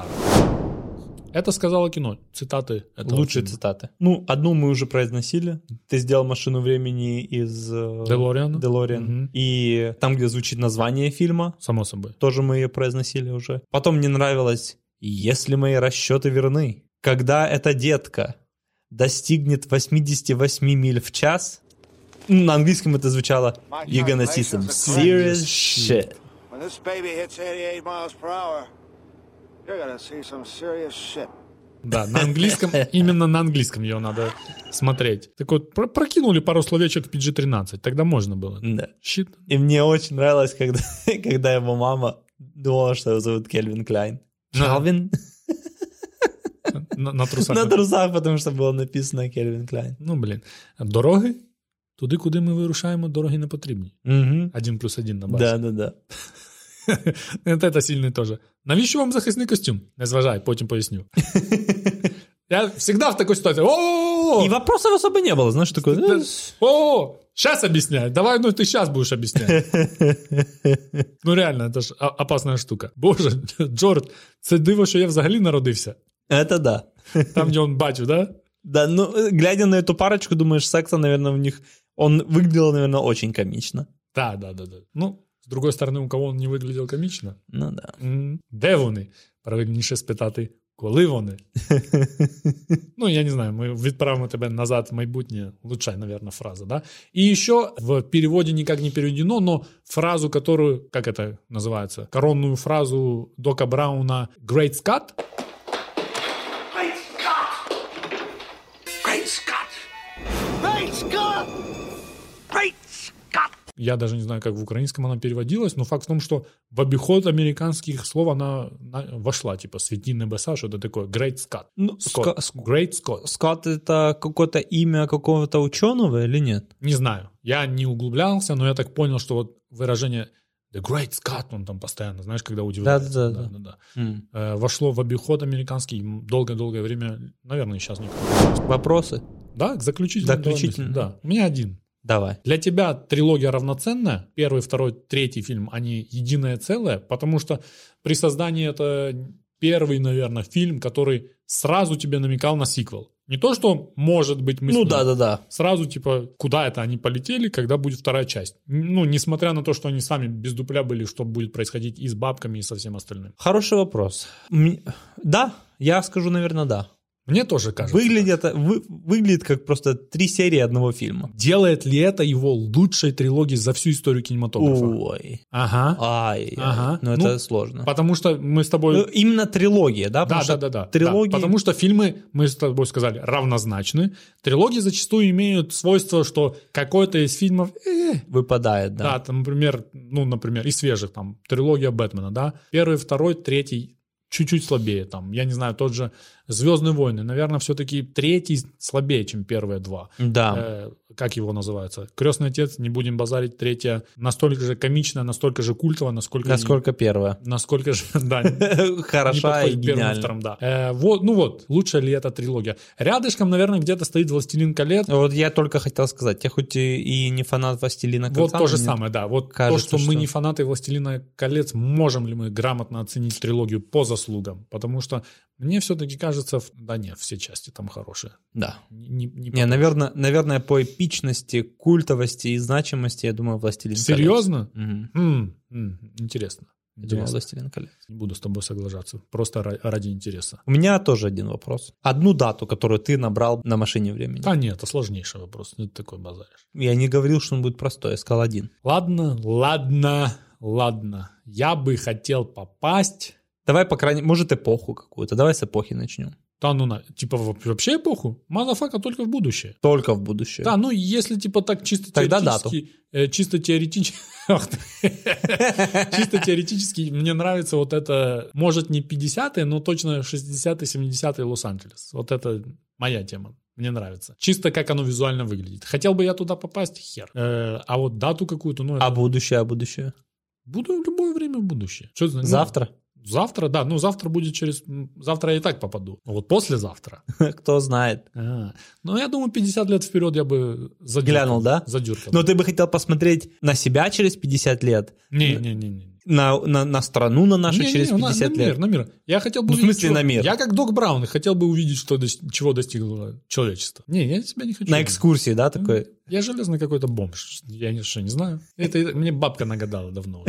Это сказала кино. Цитаты. этого Лучшие фильма. цитаты. Ну, одну мы уже произносили. Ты сделал машину времени из... э, Делориана. Делориан. Мгм. И там, где звучит название фильма, Само собой. тоже мы ее произносили уже. Потом мне нравилось «Если мои расчеты верны, когда эта детка достигнет восемьдесят восемь миль в час...» На английском это звучало «You're gonna see some serious shit». When this baby hits eighty-eight miles per hour, you're gonna see some serious shit. Да, на английском, именно на английском ее надо смотреть. Так вот, про- прокинули пару словечек в пи джи тринадцать, тогда можно было. Да. Щит. И мне очень нравилось, когда, когда его мама думала, что его зовут Кельвин Клайн. Кельвин? На, на трусах. На трусах, потому что было написано Кельвин Клайн. Ну, блін. Дороги? Туди, куди ми вирушаємо, дороги не потрібні. Угу. Один плюс один на базі. Да, да, да. Це сильний теж. Навіщо вам захисний костюм? Не зважай, потім поясню. Я завжди в такій ситуації. О! И вопросов особо не было, знаешь, такой... ну, О! Сейчас объясняй. Давай, ну ты сейчас будешь объяснять. Ну реально, это ж о- опасна штука. Боже, Джордж, це диво, що я взагалі народився. Это да. Там, де он бачив, да? Да, ну, глядя на эту парочку, думаешь, секса, наверное, у них... Он выглядел, наверное, очень комично. Да, да, да, да. Ну, з другої сторони, у кого он не виглядів комічно? Ну да. М, Де вони? Правильніше спитати, коли вони? Ну, я не знаю, ми відправимо тебе назад в майбутнє. Лучшая, наверное, фраза, да? И еще в переводе никак не переведено, но фразу, которую, как это называется, коронную фразу Дока Брауна «Great Scott». Great Scott! Great Scott! Great Scott! Great Scott! Я даже не знаю, как в украинском она переводилась, но факт в том, что в обиход американских слов она вошла, типа «Свети небеса», что-то такое. Great Scott. Ну, Scott. Ска- Great Scott. Скотт — это какое-то имя какого-то ученого или нет? Не знаю. Я не углублялся, но я так понял, что вот выражение «The Great Scott», он там постоянно, знаешь, когда удивляется. Да-да-да. Да, да, да. Mm. Э, вошло в обиход американский долгое-долгое время, наверное, сейчас никак. Вопросы? Да, к заключительному. Заключительно. Да, у меня один. Давай. Для тебя трилогия равноценная? Первый, второй, третий фильм, они единое целое? Потому что при создании это первый, наверное, фильм, который сразу тебе намекал на сиквел. Не то, что может быть мы... Ну да-да-да. Сразу типа, куда это они полетели, когда будет вторая часть. Ну, несмотря на то, что они сами без дупля были, что будет происходить и с бабками, и со всем остальным. Хороший вопрос. М- Да, я скажу, наверное, да. Мне тоже кажется. Выглядит, вы, выглядит как просто три серии одного фильма. Делает ли это его лучшей трилогией за всю историю кинематографа? Ой. Ага. Ай, Ага. ну, Ну, это сложно. Потому что мы с тобой... Ну, именно трилогия, да? Да, Потому да, что да, да. Трилогии... Да, потому что фильмы, мы с тобой сказали, равнозначны. Трилогии зачастую имеют свойство, что какой-то из фильмов... э, Выпадает, да. Да, там, например, ну, например, из свежих, там, трилогия Бэтмена, да. Первый, второй, третий чуть-чуть слабее, там, я не знаю, тот же «Звездные войны», наверное, все-таки третий слабее, чем первые два. Да. Э, как его называется? «Крестный отец», не будем базарить, третья настолько же комичная, настолько же культовая, насколько... Насколько первая. Насколько же, да. Хороша и гениальна. Вторым, да. Э, вот, ну вот, лучшая ли эта трилогия? Рядышком, наверное, где-то стоит «Властелин колец». Вот я только хотел сказать, я хоть и, и не фанат «Властелина кольца». Вот то же мне самое, да. Вот кажется, то, что, что мы не фанаты «Властелина колец», можем ли мы грамотно оценить трилогию по заслугам? Потому что мне все-таки кажется, да нет, все части там хорошие. Да. Не, не, Не, наверное, наверное, по эпичности, культовости и значимости, я думаю, «Властелин колец». Серьезно? Мгм. М, м, интересно. Я думаю, Интересно. «Властелин колец». Не буду с тобой соглашаться. Просто ра- ради интереса. У меня тоже один вопрос. Одну дату, которую ты набрал на машине времени. А нет, это сложнейший вопрос. Ну, ты такой базаришь. Я не говорил, что он будет простой, я сказал один. Ладно, ладно, ладно. Я бы хотел попасть... Давай, по крайней мере, может, эпоху какую-то. Давай с эпохи начнем. Да, ну, на, типа во- вообще эпоху? Мазафака только в будущее. Только в будущее. Да, ну если типа так чисто Тогда теоретически, э, чисто теоретически, чисто теоретически мне нравится вот это, может не пятидесятые, но точно шестидесятые, семидесятые Лос-Анджелес. Вот это моя тема. Мне нравится. Чисто как оно визуально выглядит. Хотел бы я туда попасть, хер. Э, а вот дату какую-то, ну... А это- будущее, а будущее? Буду в любое время в будущее. Что это, ну, Завтра? Завтра, да. Ну, завтра будет через... Завтра я и так попаду. А вот послезавтра. Кто знает. А, ну, я думаю, пятьдесят лет вперед я бы задюркал. Глянул, да? Задюркал. Но ты бы хотел посмотреть на себя через пятьдесят лет? Не-не-не. На, на, на страну на нашу Не-не-не, через на- пятьдесят на лет? мир, на мир. Я хотел бы Ну, в увидеть, смысле, что- на мир? Я как Док Браун и хотел бы увидеть, что, дос- чего достигло человечество. Не, я себя не хочу. На экскурсии, да, такой? Я железный какой-то бомж. Я ни- что, не знаю. Это мне бабка нагадала давно.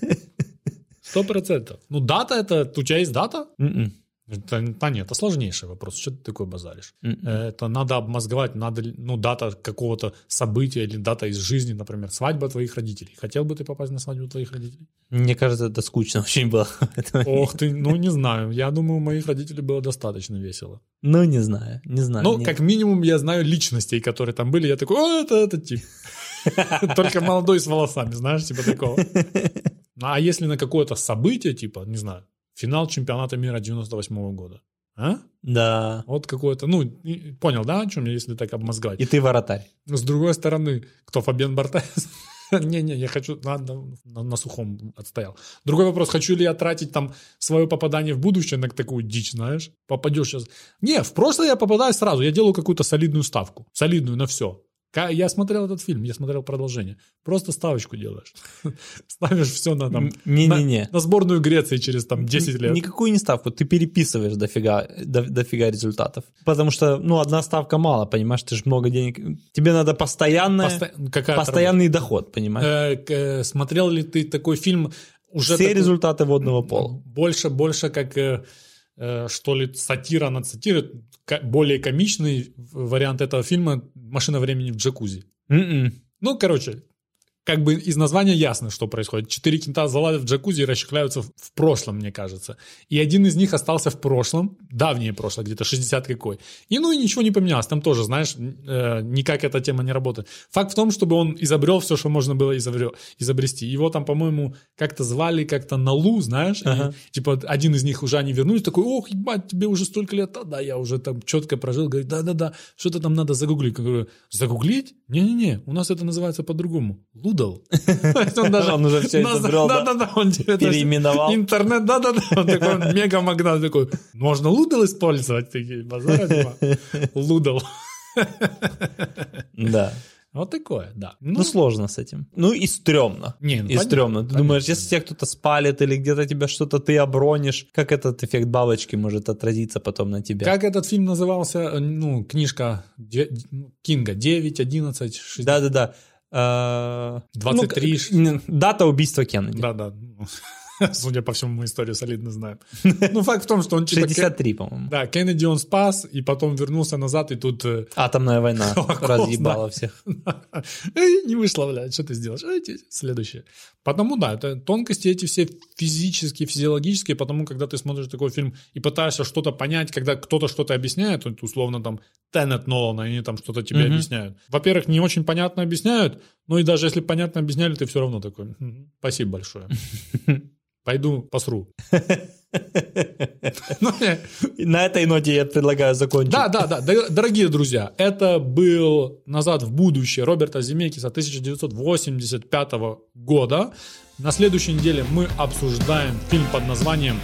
Сто процентов. Ну, дата это... У тебя есть дата? М-м. Это, да нет, это сложнейший вопрос. Что ты такой базаришь? Мгм. Это надо обмозговать, надо, ли- ну, дата какого-то события или дата из жизни, например, свадьба твоих родителей. Хотел бы ты попасть на свадьбу твоих родителей? Мне кажется, это скучно очень было. Ох ты, ну не знаю. Я думаю, у моих родителей было достаточно весело. Ну, не знаю, не знаю. Ну, не- как минимум, я знаю личностей, которые там были. Я такой, о, это этот тип. Только молодой с волосами, знаешь, типа такого. Ну, а если на какое-то событие, типа, не знаю, финал чемпионата мира девяносто восьмого года, а? Да. Вот какое-то, ну, и- понял, да, о чем я, если так обмозговать? И ты воротарь. С другой стороны, кто Фабиан Бартес? Не-не, я хочу, ладно, на, на сухом отстоял. Другой вопрос, хочу ли я тратить там свое попадание в будущее на такую дичь, знаешь? Попадешь сейчас. Не, в прошлое я попадаю сразу, я делаю какую-то солидную ставку, солидную на все. Ка- Я смотрел этот фильм, я смотрел продолжение. Просто ставочку делаешь. Ставишь все на, там, М, не-не-не. на, на сборную Греции через там, десять лет. Никакую не ставку, ты переписываешь дофига, до, дофига результатов. Потому что, ну, одна ставка мало, понимаешь, ты же много денег... Тебе надо постоянное, Посто- какая-то постоянный доход, понимаешь? Э, к- э, Смотрел ли ты такой фильм уже Все такой- результаты водного пола. Больше, больше как, э, э, что ли, сатира над сатирой. Ко- более комичный в- вариант этого фильма «Машина времени в джакузи». М-м. Ну, короче, как бы из названия ясно, что происходит. Четыре кента залазят в джакузи и расщепляются в, в прошлом, мне кажется. И один из них остался в прошлом, давнее прошлое, где-то шестьдесят какой. И ну и ничего не поменялось. Там тоже, знаешь, э, никак эта тема не работает. Факт в том, чтобы он изобрел все, что можно было изобрел, изобрести. Его там, по-моему, как-то звали как-то на Лу, знаешь. Ага. И, типа один из них уже они вернулись, такой, ох, ебать, тебе уже столько лет. А, да, я уже там четко прожил. Говорит, да-да-да, что-то там надо загуглить. Я говорю, загуглить? Не-не-не, у нас это называется по-другому. Лудал. Он уже все изобрел, да-да-да, он переименовал. Интернет, да-да-да, он такой мега-магнат такой, можно лудал использовать? Такие, базар, лудал. Да. Вот такое, да. Ну, ну, сложно с этим. Ну, и стрёмно. Не, ну, и понятно, стрёмно. Ты понятно. думаешь, если тебя кто-то спалит или где-то тебя что-то ты обронишь, как этот эффект бабочки может отразиться потом на тебя? Как этот фильм назывался? Ну, книжка Кинга девять, одиннадцать, шестьдесят. Да-да-да. двадцать три. Ну, дата убийства Кеннеди. Да-да. Судя по всему, мы историю солидно знаем. Ну, факт в том, что он... Типа, шестьдесят три, по-моему. Да, Кеннеди он спас, и потом вернулся назад, и тут... Атомная война разъебала всех. Не вышло, блядь, что ты сделаешь? Следующее. Потому, да, это тонкости эти все физические, физиологические, потому, когда ты смотришь такой фильм и пытаешься что-то понять, когда кто-то что-то объясняет, вот, условно, там, Теннет Нолана, они там что-то тебе mm-hmm. объясняют. Во-первых, не очень понятно объясняют, но и даже если понятно объясняли, ты все равно такой, спасибо большое. Пойду посру. На этой ноте я предлагаю закончить. Да, да, да. Дорогие друзья, это был «Назад в будущее» Роберта Земекиса тысяча девятьсот восемьдесят пятого года. На следующей неделе мы обсуждаем фильм под названием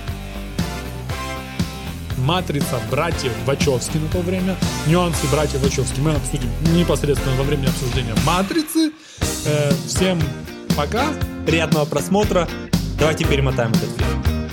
«Матрица. Братьев Вачовски» на то время. Нюансы братьев Вачовски мы обсудим непосредственно во время обсуждения «Матрицы». Всем пока. Приятного просмотра. Давайте перемотаем этот фильм.